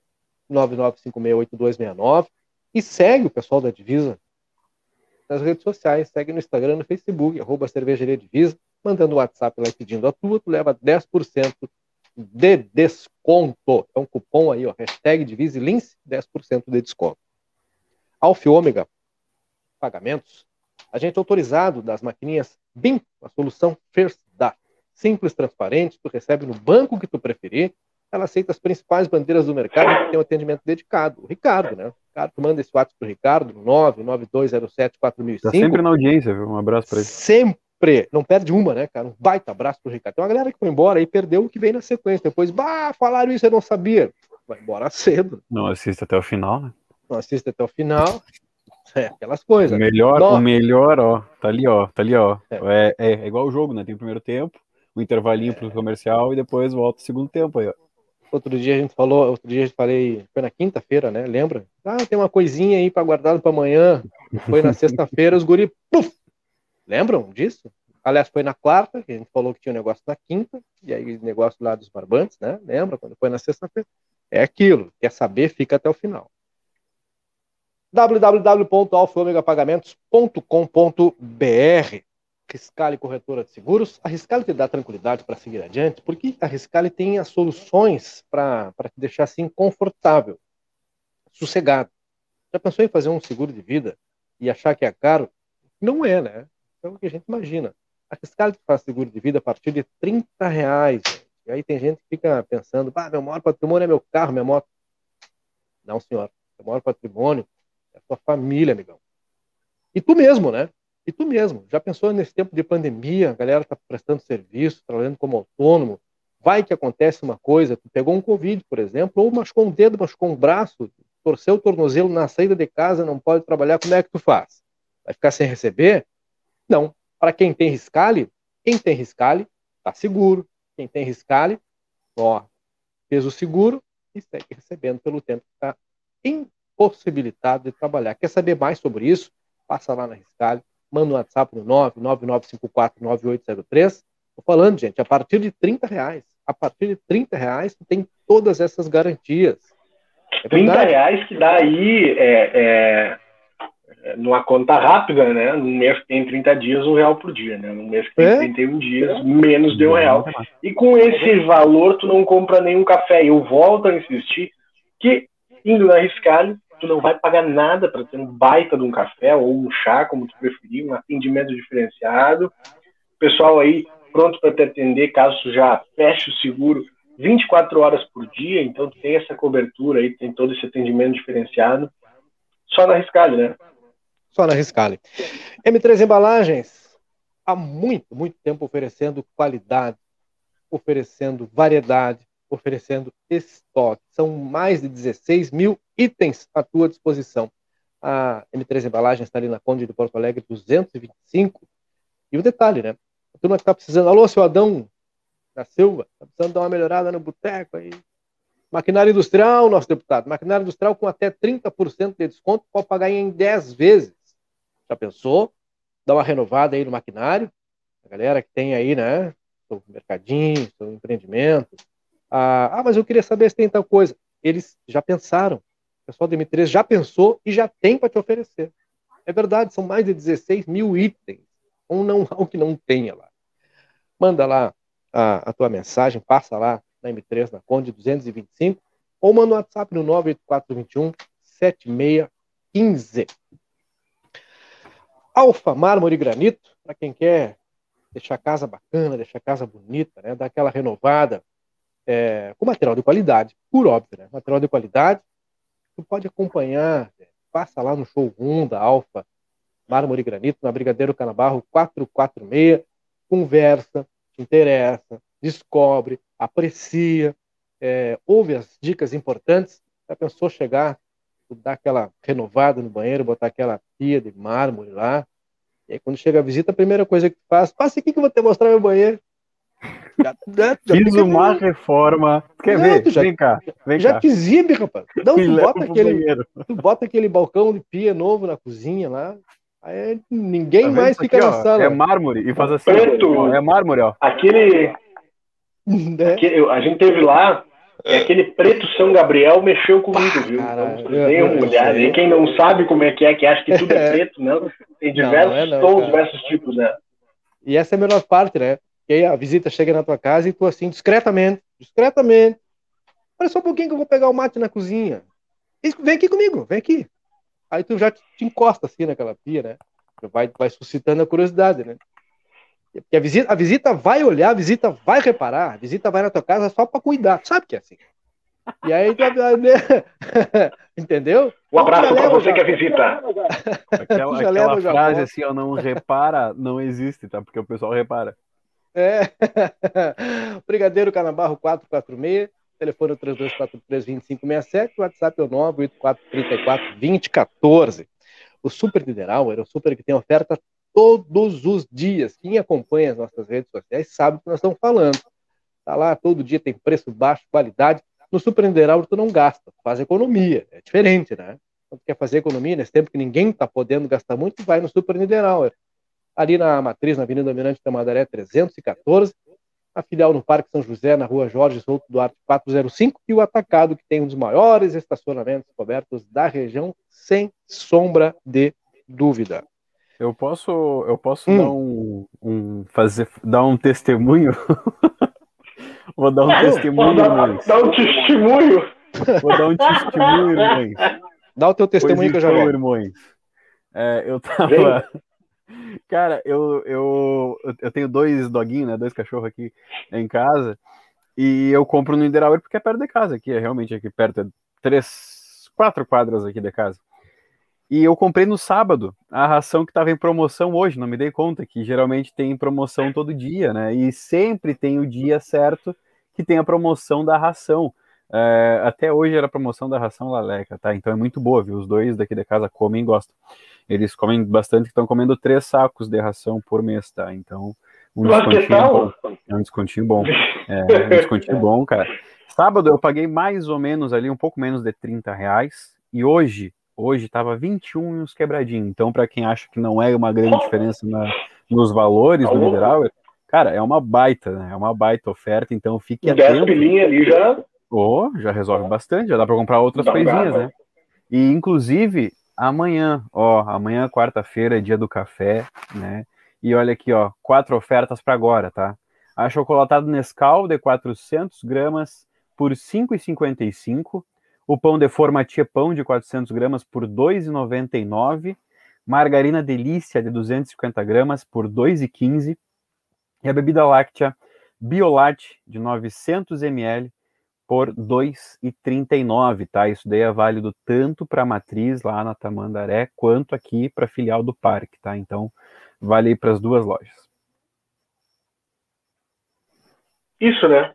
999568269 e segue o pessoal da Divisa nas redes sociais. Segue no Instagram, no Facebook, @cervejaria Divisa, mandando um WhatsApp lá e pedindo a tua, tu leva 10% de desconto. É um cupom aí, ó, #DiviseLince, 10% de desconto. Alfa Ômega Pagamentos, agente autorizado das maquininhas BIM, a solução First Data. Simples, transparente, tu recebe no banco que tu preferir, ela aceita as principais bandeiras do mercado e tem um atendimento dedicado. O Ricardo, né? Ricardo, tu manda esse WhatsApp pro Ricardo, no 992074005. Tá sempre na audiência, viu? Um abraço pra ele. Sempre. Não perde uma, né, cara? Um baita abraço pro Ricardo. Tem uma galera que foi embora e perdeu o que vem na sequência. Depois, falaram isso, eu não sabia. Vai embora cedo. Não assiste até o final, né? Não assiste até o final. Aquelas coisas. O melhor, ó. Tá ali, ó. É igual o jogo, né? Tem o primeiro tempo, um intervalinho pro comercial e depois volta o segundo tempo aí, ó. Outro dia a gente falei, foi na quinta-feira, né? Lembra? Tem uma coisinha aí para guardar para amanhã. Foi na sexta-feira, os guri, puf! Lembram disso? Aliás, foi na quarta, que a gente falou que tinha um negócio na quinta, e aí negócio lá dos barbantes, né? Lembra? Quando foi na sexta-feira. É aquilo. Quer saber? Fica até o final. www.alfaomegapagamentos.com.br. Riscale Corretora de Seguros. A Riscale te dá tranquilidade para seguir adiante, porque a Riscale tem as soluções para te deixar assim confortável, sossegado. Já pensou em fazer um seguro de vida e achar que é caro? Não é, né? É o que a gente imagina. A Riscale faz seguro de vida a partir de R$30. E aí tem gente que fica pensando, meu maior patrimônio é meu carro, minha moto. Não, senhor. Seu maior patrimônio é a sua família, amigão. E tu mesmo, né? E tu mesmo. Já pensou nesse tempo de pandemia, a galera tá prestando serviço, trabalhando como autônomo, vai que acontece uma coisa, tu pegou um Covid, por exemplo, ou machucou um dedo, machucou um braço, torceu o tornozelo na saída de casa, não pode trabalhar, como é que tu faz? Vai ficar sem receber? Não. Para quem tem Riscale tá seguro. Quem tem Riscale, fez o seguro e segue recebendo pelo tempo que está impossibilitado de trabalhar. Quer saber mais sobre isso? Passa lá na Riscale, manda um WhatsApp no 999549803. Tô falando, gente, a partir de R$30. A partir de R$30 tu tem todas essas garantias. É R$30 que dá aí numa conta rápida, né? No mês que tem 30 dias, R$1 por dia, né? No mês que tem 31 dias, menos de R$1. E com esse valor, tu não compra nenhum café. Eu volto a insistir que, indo na Riscale, tu não vai pagar nada para ter um baita de um café ou um chá, como tu preferir, um atendimento diferenciado. O pessoal aí pronto para te atender caso tu já feche o seguro 24 horas por dia, então tu tem essa cobertura aí, tem todo esse atendimento diferenciado, só na Riscale, né? Só na Riscale. M3 Embalagens, há muito, muito tempo oferecendo qualidade, oferecendo variedade, oferecendo estoque. São mais de 16 mil itens à tua disposição. A M3 Embalagens está ali na Conde de Porto Alegre 225. E o detalhe, né? A turma que está precisando... Alô, seu Adão da Silva, está precisando dar uma melhorada no boteco aí. Maquinário industrial, nosso deputado. Maquinário industrial com até 30% de desconto, pode pagar em 10 vezes. Já pensou? Dá uma renovada aí no maquinário. A galera que tem aí, né? Seu mercadinho, seu empreendimento. Mas eu queria saber se tem tal coisa. Eles já pensaram. O pessoal do M3 já pensou e já tem para te oferecer. É verdade, são mais de 16 mil itens. Não há o que não tenha lá. Manda lá a tua mensagem, passa lá na M3, na Conde 225, ou manda um WhatsApp no 98421-7615. Alfa, mármore e granito, para quem quer deixar a casa bacana, deixar a casa bonita, né? Dar aquela renovada, com material de qualidade, por óbvio, né? Material de qualidade, tu pode acompanhar, passa lá no showroom da Alfa, mármore e granito, na Brigadeiro Canabarro 446, conversa, te interessa, descobre, aprecia, ouve as dicas importantes. Já pensou chegar, dar aquela renovada no banheiro, botar aquela pia de mármore lá, e aí quando chega a visita, a primeira coisa que tu faz, passa aqui que eu vou te mostrar meu banheiro. Fiz uma reforma. Quer ver? Vem cá. Já te exibe, rapaz. Não, tu bota aquele balcão de pia novo na cozinha lá, aí ninguém mais fica na sala. É mármore e faz assim. Preto. É mármore, ó. Aquele a gente teve lá, aquele preto São Gabriel mexeu comigo, viu? Dei uma olhada. E quem não sabe como é, que acha que tudo é preto, não. Tem diversos tons, diversos tipos, né? E essa é a melhor parte, né? E aí a visita chega na tua casa e tu assim, discretamente, olha só um pouquinho que eu vou pegar o mate na cozinha. Vem aqui comigo, vem aqui. Aí tu já te encosta assim naquela pia, né? Vai suscitando a curiosidade, né? Porque a visita vai olhar, a visita vai reparar, a visita vai na tua casa só pra cuidar. Sabe que é assim. E aí, entendeu? Um abraço pra você que é visita. Aquela frase assim, ó, não repara, não existe, tá? Porque o pessoal repara. Brigadeiro Canabarro 446, telefone 3243-2567, WhatsApp é o 98434-2014. O Super Mineral era o super que tem oferta todos os dias. Quem acompanha as nossas redes sociais sabe do que nós estamos falando. Tá lá, todo dia tem preço baixo, qualidade. No Super Mineral tu não gasta, faz economia. É diferente, né? Quando tu quer fazer economia, nesse tempo que ninguém está podendo gastar muito, vai no Super Mineral. Ali na Matriz, na Avenida Almirante Tamandaré 314, a filial no Parque São José, na Rua Jorge Souto Duarte 405, e o Atacado, que tem um dos maiores estacionamentos cobertos da região, sem sombra de dúvida. Eu posso dar um testemunho? Vou dar um testemunho, irmãos. Dá um testemunho. Vou dar um testemunho, irmãos. Dá o teu testemunho que eu já vou. Irmãos. Eu tava... Cara, eu tenho 2 doguinhos, né? 2 cachorros aqui em casa. E eu compro no Niederauer porque é perto de casa. Aqui é realmente aqui perto, 4 quadras aqui de casa. E eu comprei no sábado a ração que estava em promoção hoje. Não me dei conta que geralmente tem promoção todo dia, né? E sempre tem o dia certo que tem a promoção da ração. Até hoje era a promoção da ração Laleca, tá? Então é muito boa, viu? Os 2 daqui de casa comem e gostam. Eles comem bastante, estão comendo 3 sacos de ração por mês, tá? Então, um descontinho bom. É um descontinho bom. Um descontinho bom, cara. Sábado eu paguei mais ou menos ali, um pouco menos de R$30. E hoje tava 21 e uns quebradinhos. Então, para quem acha que não é uma grande diferença nos valores do Mineral, cara, é uma baita, né? É uma baita oferta, então fique atento. 10 pilinhas ali já... Já resolve bastante, já dá para comprar outras coisinhas, né? E, inclusive... Amanhã, quarta-feira, é dia do café, né? E olha aqui, 4 ofertas para agora, tá? Achocolatado Nescau de 400 gramas por R$ 5,55. O pão de forma Tia Pão de 400 gramas por R$ 2,99. Margarina Delícia de 250 gramas por R$ 2,15. E a bebida láctea Biolat de 900 ml por R$ 2,39, tá? Isso daí é válido tanto para a matriz lá na Tamandaré, quanto aqui para a filial do parque, tá? Então, vale aí para as duas lojas. Isso, né?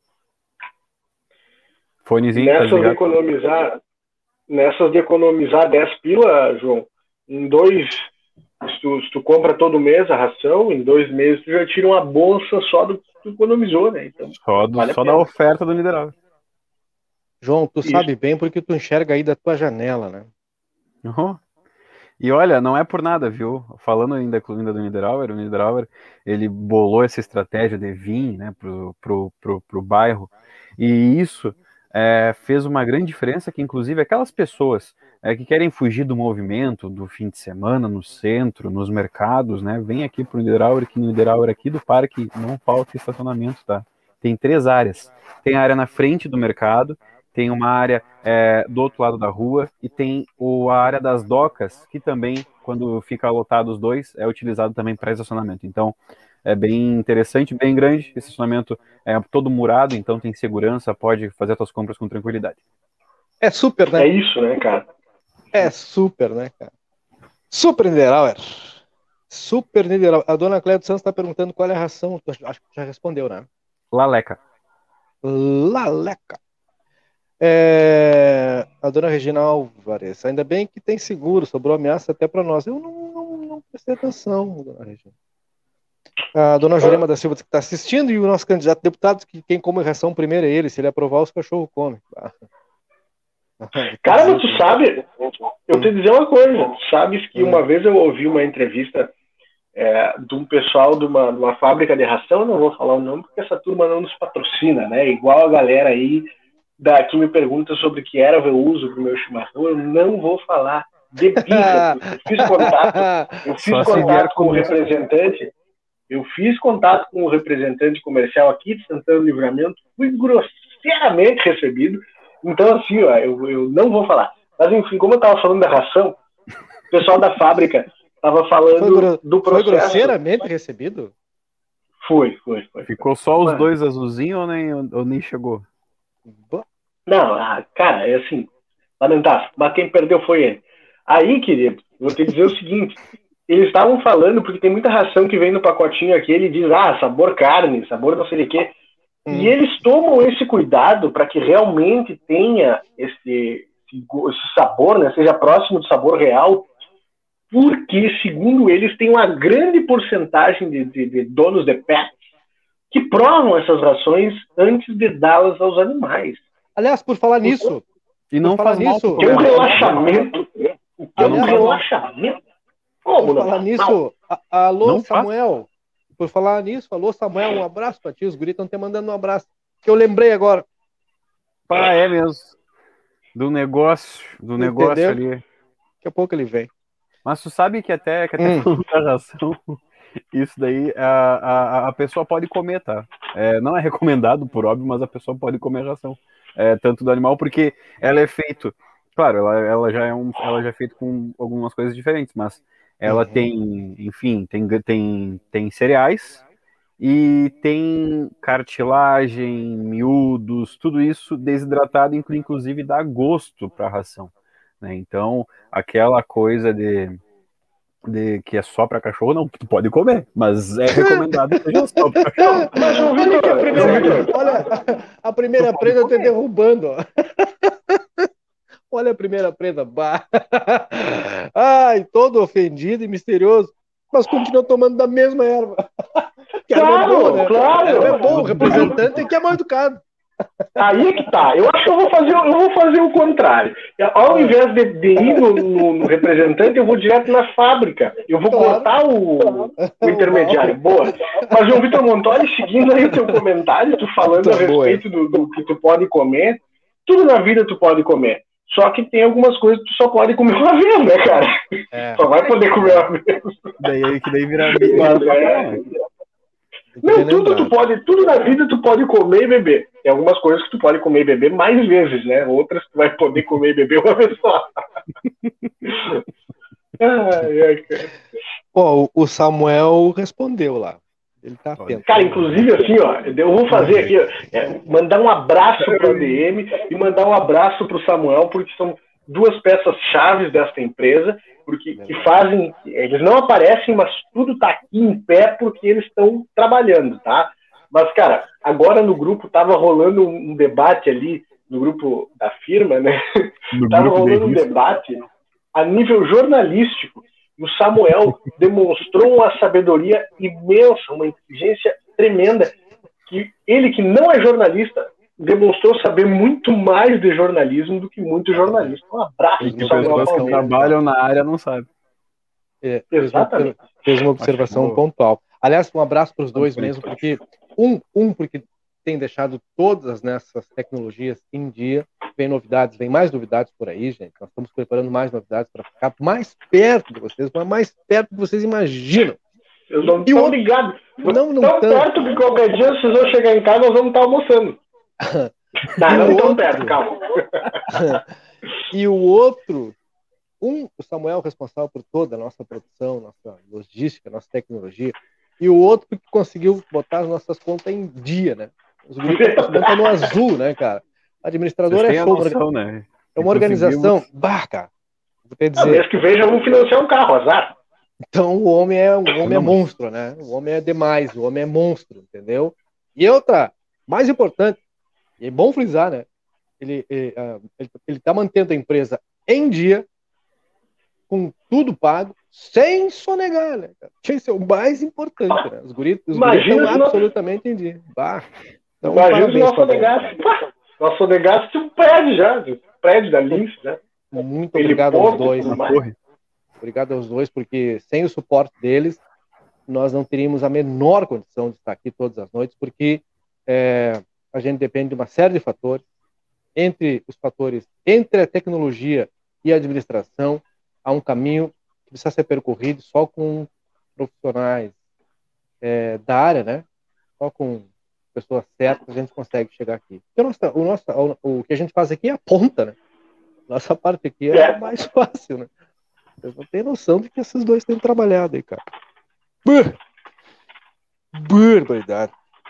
Fonezinho, tá ligado? Nessas de economizar 10 pila, João, em 2, se tu compra todo mês a ração, em 2 meses tu já tira uma bolsa só do que tu economizou, né? Então, só da oferta do Niederauer. João, tu sabe bem porque tu enxerga aí da tua janela, né? Uhum. E olha, não é por nada, viu? Falando ainda do Niederauer, o Niederauer, ele bolou essa estratégia de vir, né, pro bairro, e isso fez uma grande diferença, que inclusive aquelas pessoas que querem fugir do movimento do fim de semana no centro, nos mercados, né, vem aqui pro Niederauer, que no Niederauer aqui do parque não falta estacionamento, tá? Tem 3 áreas. Tem a área na frente do mercado, tem uma área do outro lado da rua e tem a área das docas, que também, quando fica lotado os dois, é utilizado também para estacionamento. Então, é bem interessante, bem grande. Esse estacionamento é todo murado, então tem segurança, pode fazer as suas compras com tranquilidade. É super, né? É isso, né, cara? É super, né, cara? Super Niederauer. Super Niederauer. A dona Cléia dos Santos está perguntando qual é a ração. Acho que já respondeu, né? Laleca. Laleca. A dona Regina Álvares, ainda bem que tem seguro, sobrou ameaça até para nós. Eu não prestei atenção, dona Regina. A dona Jurema da Silva que está assistindo, e o nosso candidato a deputado, que quem come ração primeiro é ele, se ele aprovar, os cachorros comem. Cara, mas tu sabe, eu te dizer uma coisa, tu sabes que uma vez eu ouvi uma entrevista de um pessoal de uma fábrica de ração, eu não vou falar o nome porque essa turma não nos patrocina, né? Igual a galera aí que me pergunta sobre o que era eu uso pro meu chimarrão, eu não vou falar de bica. Eu fiz contato com o representante, comercial aqui de Santana do Livramento, fui grosseiramente recebido, então assim, ó, eu não vou falar. Mas enfim, como eu tava falando da ração, o pessoal da fábrica tava falando do processo. Foi grosseiramente recebido? Foi. Ficou só os dois azulzinhos ou nem chegou? Não, cara, é assim, lamentável, mas quem perdeu foi ele. Aí, querido, vou te dizer o seguinte, eles estavam falando, porque tem muita ração que vem no pacotinho aqui, ele diz, sabor carne, sabor não sei o quê, e eles tomam esse cuidado para que realmente tenha esse sabor, né, seja próximo do sabor real, porque, segundo eles, tem uma grande porcentagem de donos de pets que provam essas rações antes de dá-las aos animais. Aliás, por falar nisso... E não faz nisso. Que é um relaxamento. Relaxamento. Como por falar nisso, alô, Samuel. Por falar nisso, alô, Samuel, um abraço pra ti. Os guris estão te mandando um abraço. Que eu lembrei agora. É mesmo. Do negócio ali. Daqui a pouco ele vem. Mas tu sabe que até falando da ração, isso daí a pessoa pode comer, tá? Não é recomendado, por óbvio, mas a pessoa pode comer ração. Tanto do animal, porque ela é feito, claro, ela já é feita com algumas coisas diferentes, mas ela tem, enfim, tem cereais e tem cartilagem, miúdos, tudo isso desidratado, inclusive dá gosto para a ração, né? Então, aquela coisa de que é só para cachorro, não, tu pode comer, mas é recomendado que seja só para cachorro. Mas olha, a primeira prenda eu tô derrubando. Olha a primeira prenda. Ai, todo ofendido e misterioso, mas continua tomando da mesma erva. Claro, é boa, né? Claro. É bom, o representante que é mal educado. Aí é que tá. Eu acho que eu vou fazer o contrário. Ao invés de ir no representante, eu vou direto na fábrica. Eu vou cortar o intermediário. Boa. Mas, João Vitor Montoli, seguindo aí o teu comentário, tu falando a respeito do que tu pode comer, tudo na vida tu pode comer. Só que tem algumas coisas que tu só pode comer uma vez, né, cara? Só vai poder comer uma vez. Daí vira Não, tudo na vida tu pode comer e beber. Tem algumas coisas que tu pode comer e beber mais vezes, né? Outras tu vai poder comer e beber uma vez só. Ai, cara. O Samuel respondeu lá. Ele tá atento. Cara, inclusive, assim, ó, eu vou fazer aqui, mandar um abraço pro ADM e mandar um abraço pro Samuel, porque são duas peças chaves desta empresa, porque que fazem, eles não aparecem, mas tudo tá aqui em pé porque eles estão trabalhando, tá? Mas, cara, agora no grupo tava rolando um debate ali, no grupo da firma, né? Tava rolando um debate a nível jornalístico. E o Samuel demonstrou uma sabedoria imensa, uma inteligência tremenda, que ele, que não é jornalista, demonstrou saber muito mais de jornalismo do que muitos jornalistas. Um abraço para Samuel que trabalham na área não sabem. Exatamente. Fez uma observação pontual. Aliás, um abraço para os dois mesmo, porque porque tem deixado todas nessas tecnologias em dia. Vem novidades, vem mais novidades por aí, gente. Nós estamos preparando mais novidades para ficar mais perto de vocês, mas mais perto do que vocês imaginam. Eu não estou ligado. Não tão perto que qualquer dia vocês vão chegar em casa, nós vamos estar almoçando. Não tão perto, calma. E o outro, o Samuel responsável por toda a nossa produção, nossa logística, nossa tecnologia, e o outro que conseguiu botar as nossas contas em dia, né? Os grupos estão no azul, né, cara? Administrador é show, noção, né? É uma organização. Bah, cara. Vou te dizer. Mês que vem já vamos financiar um carro, azar. Então o homem é monstro, né? O homem é demais, o homem é monstro, entendeu? E outra, mais importante, e é bom frisar, né? Ele tá mantendo a empresa em dia, com tudo pago, sem sonegar, né? Isso é o mais importante, né? Os guris estão absolutamente em dia. Bah. Então, imagina se nós sonegasse. Nós sonegasse um prédio já, o prédio da Lince, né? Muito obrigado aos dois. Obrigado aos dois, porque sem o suporte deles, nós não teríamos a menor condição de estar aqui todas as noites, porque a gente depende de uma série de fatores. Entre a tecnologia e a administração, há um caminho que precisa ser percorrido só com profissionais da área, né? Só com pessoas certas a gente consegue chegar aqui. O que a gente faz aqui é a ponta, né? Nossa parte aqui é mais fácil, né? Vocês não têm noção de que esses dois têm trabalhado aí, cara. Barbaridade.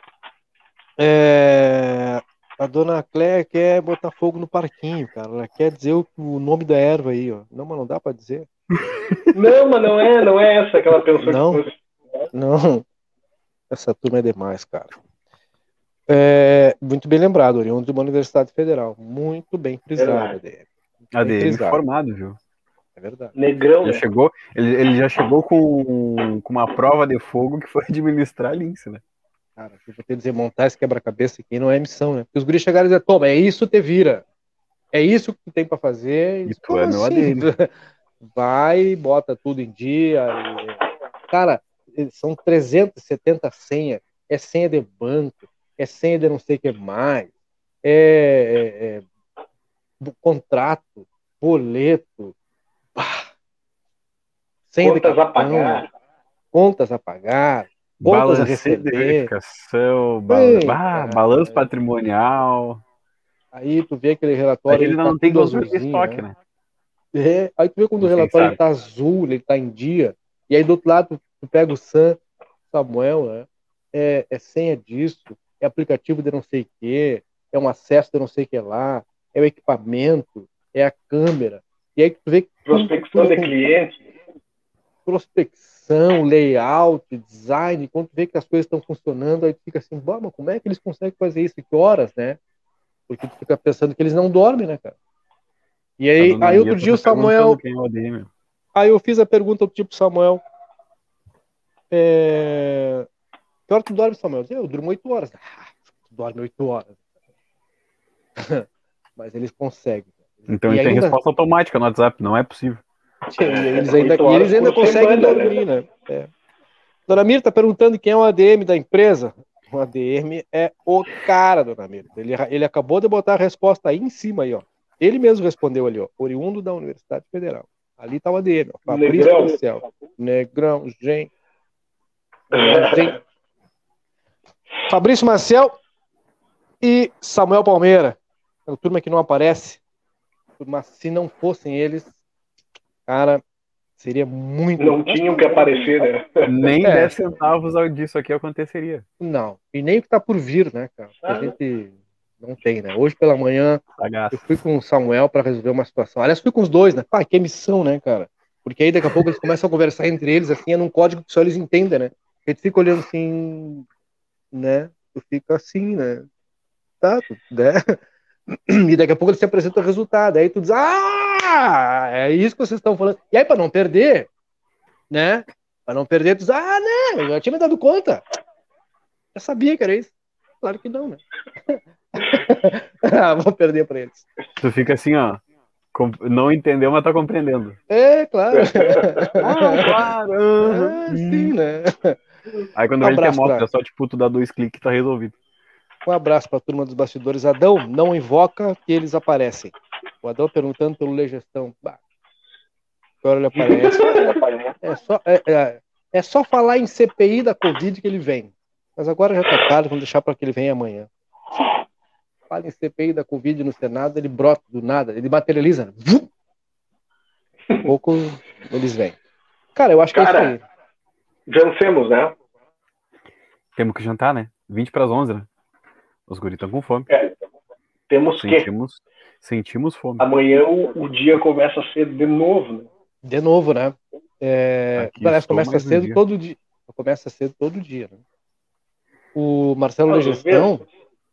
A dona Cléia quer botar fogo no parquinho, cara. Ela quer dizer o nome da erva aí, ó. Não, mas não dá pra dizer. Não, mas não é essa que ela pensou não, que fosse. Não. Essa turma é demais, cara. Muito bem lembrado, oriundo de uma universidade federal. Muito bem frisado, ADM formado, viu? É verdade. Negrão. Ele já chegou com uma prova de fogo que foi administrar a Lince, né? Cara, eu vou ter que dizer, montar esse quebra-cabeça aqui não é missão, né? Porque os guris chegaram e dizer, toma, é isso, te vira. É isso que tu tem pra fazer. E tu é meu ADM. Vai, bota tudo em dia. Cara, são 370 senhas. É senha de banco, é senha de não sei o que mais. Contrato, boleto. Senha contas de cartão, a pagar. Contas a pagar. Contas a receber. De verificação, balanço patrimonial. Aí tu vê aquele relatório. Ele não tem controle de estoque, né? Aí tu vê quando o relatório ele tá azul, ele tá em dia. E aí do outro lado tu pega o Samuel, né? É senha disso, é aplicativo de não sei o que, é um acesso de não sei o que lá, é o equipamento, é a câmera. E aí tu vê que prospecção de cliente. Prospecção, layout, design, quando tu vê que as coisas estão funcionando, aí tu fica assim, mas como é que eles conseguem fazer isso? Que horas, né? Porque tu fica pensando que eles não dormem, né, cara? E aí outro dia o Samuel... Aí eu fiz a pergunta do tipo, Samuel, que hora tu dorme, Samuel? Eu durmo 8 horas. Tu dorme 8 horas. Mas eles conseguem. Então ele tem resposta automática no WhatsApp, não é possível. Eles ainda conseguem dormir, né? Dona Mirta tá perguntando quem é o ADM da empresa. O ADM é o cara, dona Mirta. Ele acabou de botar a resposta aí em cima, aí, ó. Ele mesmo respondeu ali, ó. Oriundo da Universidade Federal. Ali tá o ADM, ó. Fabrício Marcel. Negrão, gente. Fabrício Marcel e Samuel Palmeira. É a turma que não aparece. Mas se não fossem eles, cara, Seria muito. Não tinham que aparecer, né? Nem 10 centavos disso aqui aconteceria. Não. E nem o que tá por vir, né, cara? Porque a gente não tem, né? Hoje pela manhã eu fui com o Samuel para resolver uma situação. Aliás, fui com os dois, né? Pá, que missão, né, cara? Porque aí daqui a pouco eles começam a conversar entre eles, assim, é num código que só eles entendem, né? A gente fica olhando assim, né? Tu fica assim, né? Tá, né? E daqui a pouco eles se apresentam o resultado. Aí tu diz, é isso que vocês estão falando. E aí, para não perder, né? Para não perder, tu diz, né? Eu já tinha me dado conta. Já sabia que era isso. Claro que não, né? Vou perder para eles. Tu fica assim, ó. Não entendeu, mas tá compreendendo. É, claro. Claro. Sim, né? Aí quando ele te mostra, é só tipo, tu dá 2 cliques e tá resolvido. Um abraço para a turma dos bastidores. Adão, não invoca que eles aparecem. O Adão perguntando pelo Legestão. Agora ele aparece. É só falar em CPI da Covid que ele vem. Mas agora já tá tarde, vamos deixar para que ele venha amanhã. Fala em CPI da Covid no Senado, ele brota do nada, ele materializa. Um pouco eles vêm. Cara, eu acho que é isso aí. Vencemos, né? Temos que jantar, né? 20 para as 11, né? Os guris estão com fome. Temos Sentimos fome. Amanhã o dia começa cedo de novo, né? De novo, né? Parece que começa cedo todo dia. Começa cedo todo dia, né? O Marcelo Legestão,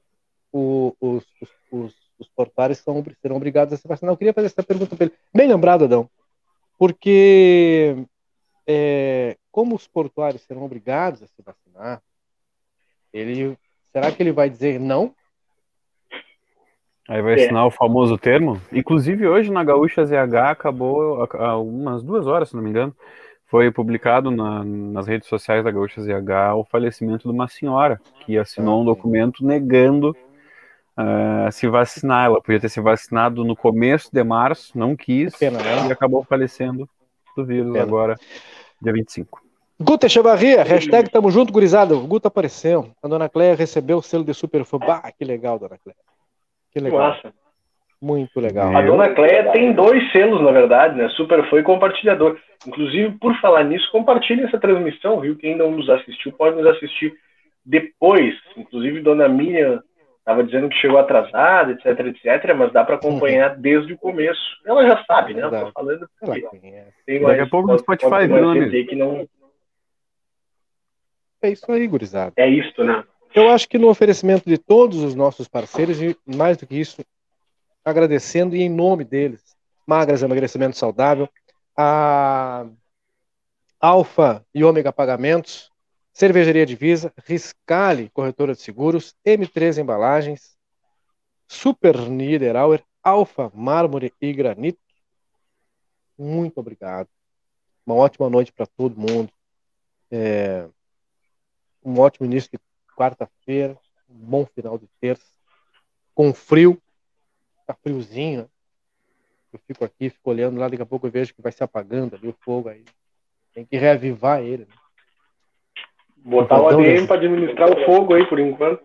os portuários serão obrigados a se vacinar. Eu queria fazer essa pergunta para ele. Bem lembrado, Adão. Porque como os portuários serão obrigados a se vacinar, será que ele vai dizer não? Aí vai assinar o famoso termo. Inclusive hoje na Gaúcha ZH acabou há umas 2 horas, se não me engano, foi publicado nas redes sociais da Gaúcha ZH o falecimento de uma senhora que assinou um documento negando se vacinar. Ela podia ter se vacinado no começo de março, não quis, pena, né? E acabou falecendo do vírus agora, dia 25. Guta Echevarria, hashtag tamo junto, gurizada. O Guta apareceu. A dona Cléia recebeu o selo de superfã. Que legal, dona Cléia. Que legal. Nossa. Muito legal. A dona Cléia tem 2 selos, na verdade, né? Superfã e compartilhador. Inclusive, por falar nisso, compartilhe essa transmissão, viu? Quem não nos assistiu pode nos assistir depois. Inclusive, dona Miriam estava dizendo que chegou atrasada, etc, mas dá para acompanhar desde o começo. Ela já sabe, né? Eu tô falando porque daqui a pouco no Spotify, que não... É isso aí, gurizada. É isso, né? Eu acho que no oferecimento de todos os nossos parceiros, e mais do que isso, agradecendo e em nome deles, Magras Emagrecimento Saudável, a Alfa e Ômega Pagamentos, Cervejaria Divisa, Riscale Corretora de Seguros, M3 Embalagens, Super Niederauer, Alfa Mármore e Granito. Muito obrigado. Uma ótima noite para todo mundo. Um ótimo início de quarta-feira, um bom final de terça, com frio, tá friozinho, né? Eu fico aqui, fico olhando lá, daqui a pouco eu vejo que vai se apagando ali o fogo aí. Tem que reavivar ele, né? Botar o ADM para administrar o fogo aí, por enquanto.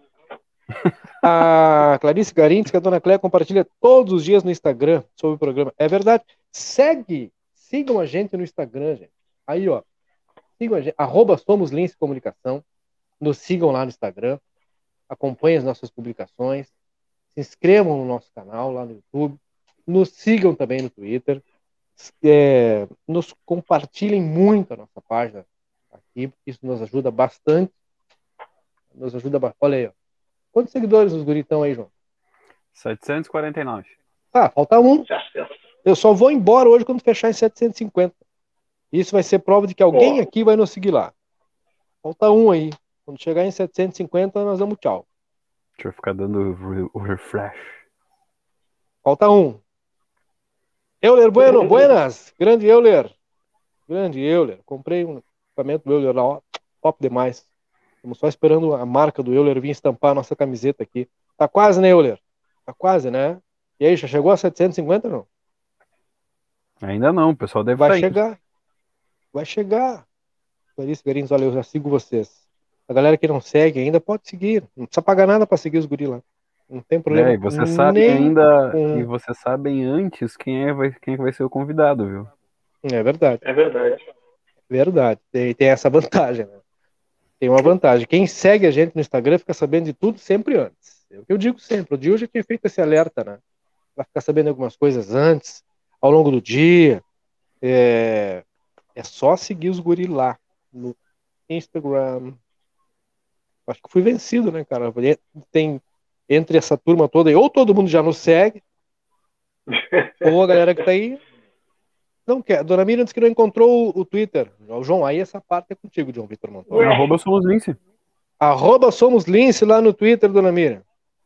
A Clarice Garintes, que a dona Cléia compartilha todos os dias no Instagram sobre o programa. É verdade. Sigam a gente no Instagram, gente. Aí, ó. Sigam a gente. @SomosLince Comunicação. Nos sigam lá no Instagram. Acompanhem as nossas publicações. Se inscrevam no nosso canal lá no YouTube. Nos sigam também no Twitter. Nos compartilhem muito a nossa página aqui, porque isso nos ajuda bastante. Olha aí, ó. Quantos seguidores os guritão aí, João? 749. Falta um. Eu só vou embora hoje quando fechar em 750. Isso vai ser prova de que alguém aqui vai nos seguir lá. Falta um aí. Quando chegar em 750, nós damos tchau. Deixa eu ficar dando o refresh. Falta um. Euler Bueno, buenas. Grande Euler. Comprei um equipamento do Euler lá, ó. Top demais. Estamos só esperando a marca do Euler vir estampar a nossa camiseta aqui. Tá quase, né, Euler? Tá quase, né? E aí, já chegou a 750 não? Ainda não, o pessoal deve Vai chegar. Clarice Garinhos, olha, eu já sigo vocês. A galera que não segue ainda pode seguir. Não precisa pagar nada para seguir os guris lá. Não tem problema. E vocês sabem ainda, e vocês sabem antes quem vai ser o convidado, viu? É verdade. É verdade. Verdade. Tem essa vantagem, né? Tem uma vantagem. Quem segue a gente no Instagram fica sabendo de tudo sempre antes. É o que eu digo sempre. O dia eu já tinha feito esse alerta, né? Pra ficar sabendo de algumas coisas antes, ao longo do dia. É só seguir os guri lá no Instagram. Acho que fui vencido, né, cara? Tem entre essa turma toda aí, ou todo mundo já nos segue, ou a galera que tá aí não quer. Dona Miriam disse que não encontrou o Twitter. O João, aí essa parte é contigo, João Vitor Montoya. @somoslince. @somoslince lá no Twitter, Dona Miriam.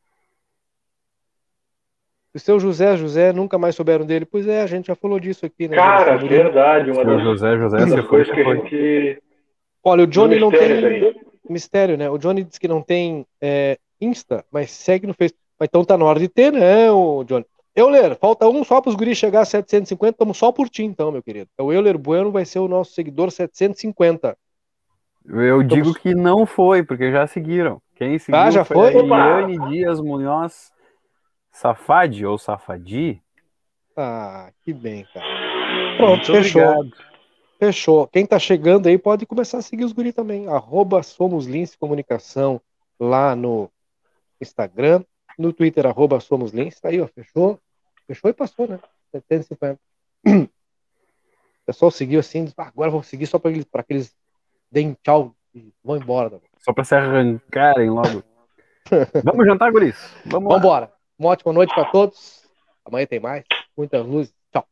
O seu José nunca mais souberam dele. Pois é, a gente já falou disso aqui, né? Cara, verdade. Uma das José, coisas que a gente... Olha, o Johnny não tem... aí. Mistério, né? O Johnny disse que não tem Insta, mas segue no Facebook. Mas então tá na hora de ter, né, o Johnny? Euler, falta um só pros guris chegar a 750. Estamos só por ti, então, meu querido. O Euler Bueno vai ser o nosso seguidor 750. Eu digo que não foi, porque já seguiram. Quem seguiu já foi foi? a Iane Dias Munhoz Safadi, ou Safadi. Ah, que bem, cara. Pronto, Muito fechou. obrigado. Fechou. Quem tá chegando aí pode começar a seguir os guri também. @SomosLince Comunicação lá no Instagram. No Twitter, @SomosLince. Tá aí, ó. Fechou. Fechou e passou, né? 750. O pessoal seguiu assim. Agora vou seguir só para que eles deem tchau e vão embora. Né? Só para se arrancarem logo. Vamos jantar, guris? Vamos embora. Uma ótima noite para todos. Amanhã tem mais. Muitas luzes. Tchau.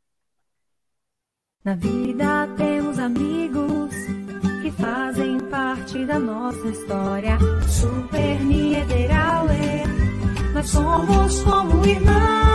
Na vida temos amigos que fazem parte da nossa história. Super Niederauer, nós somos como irmãos.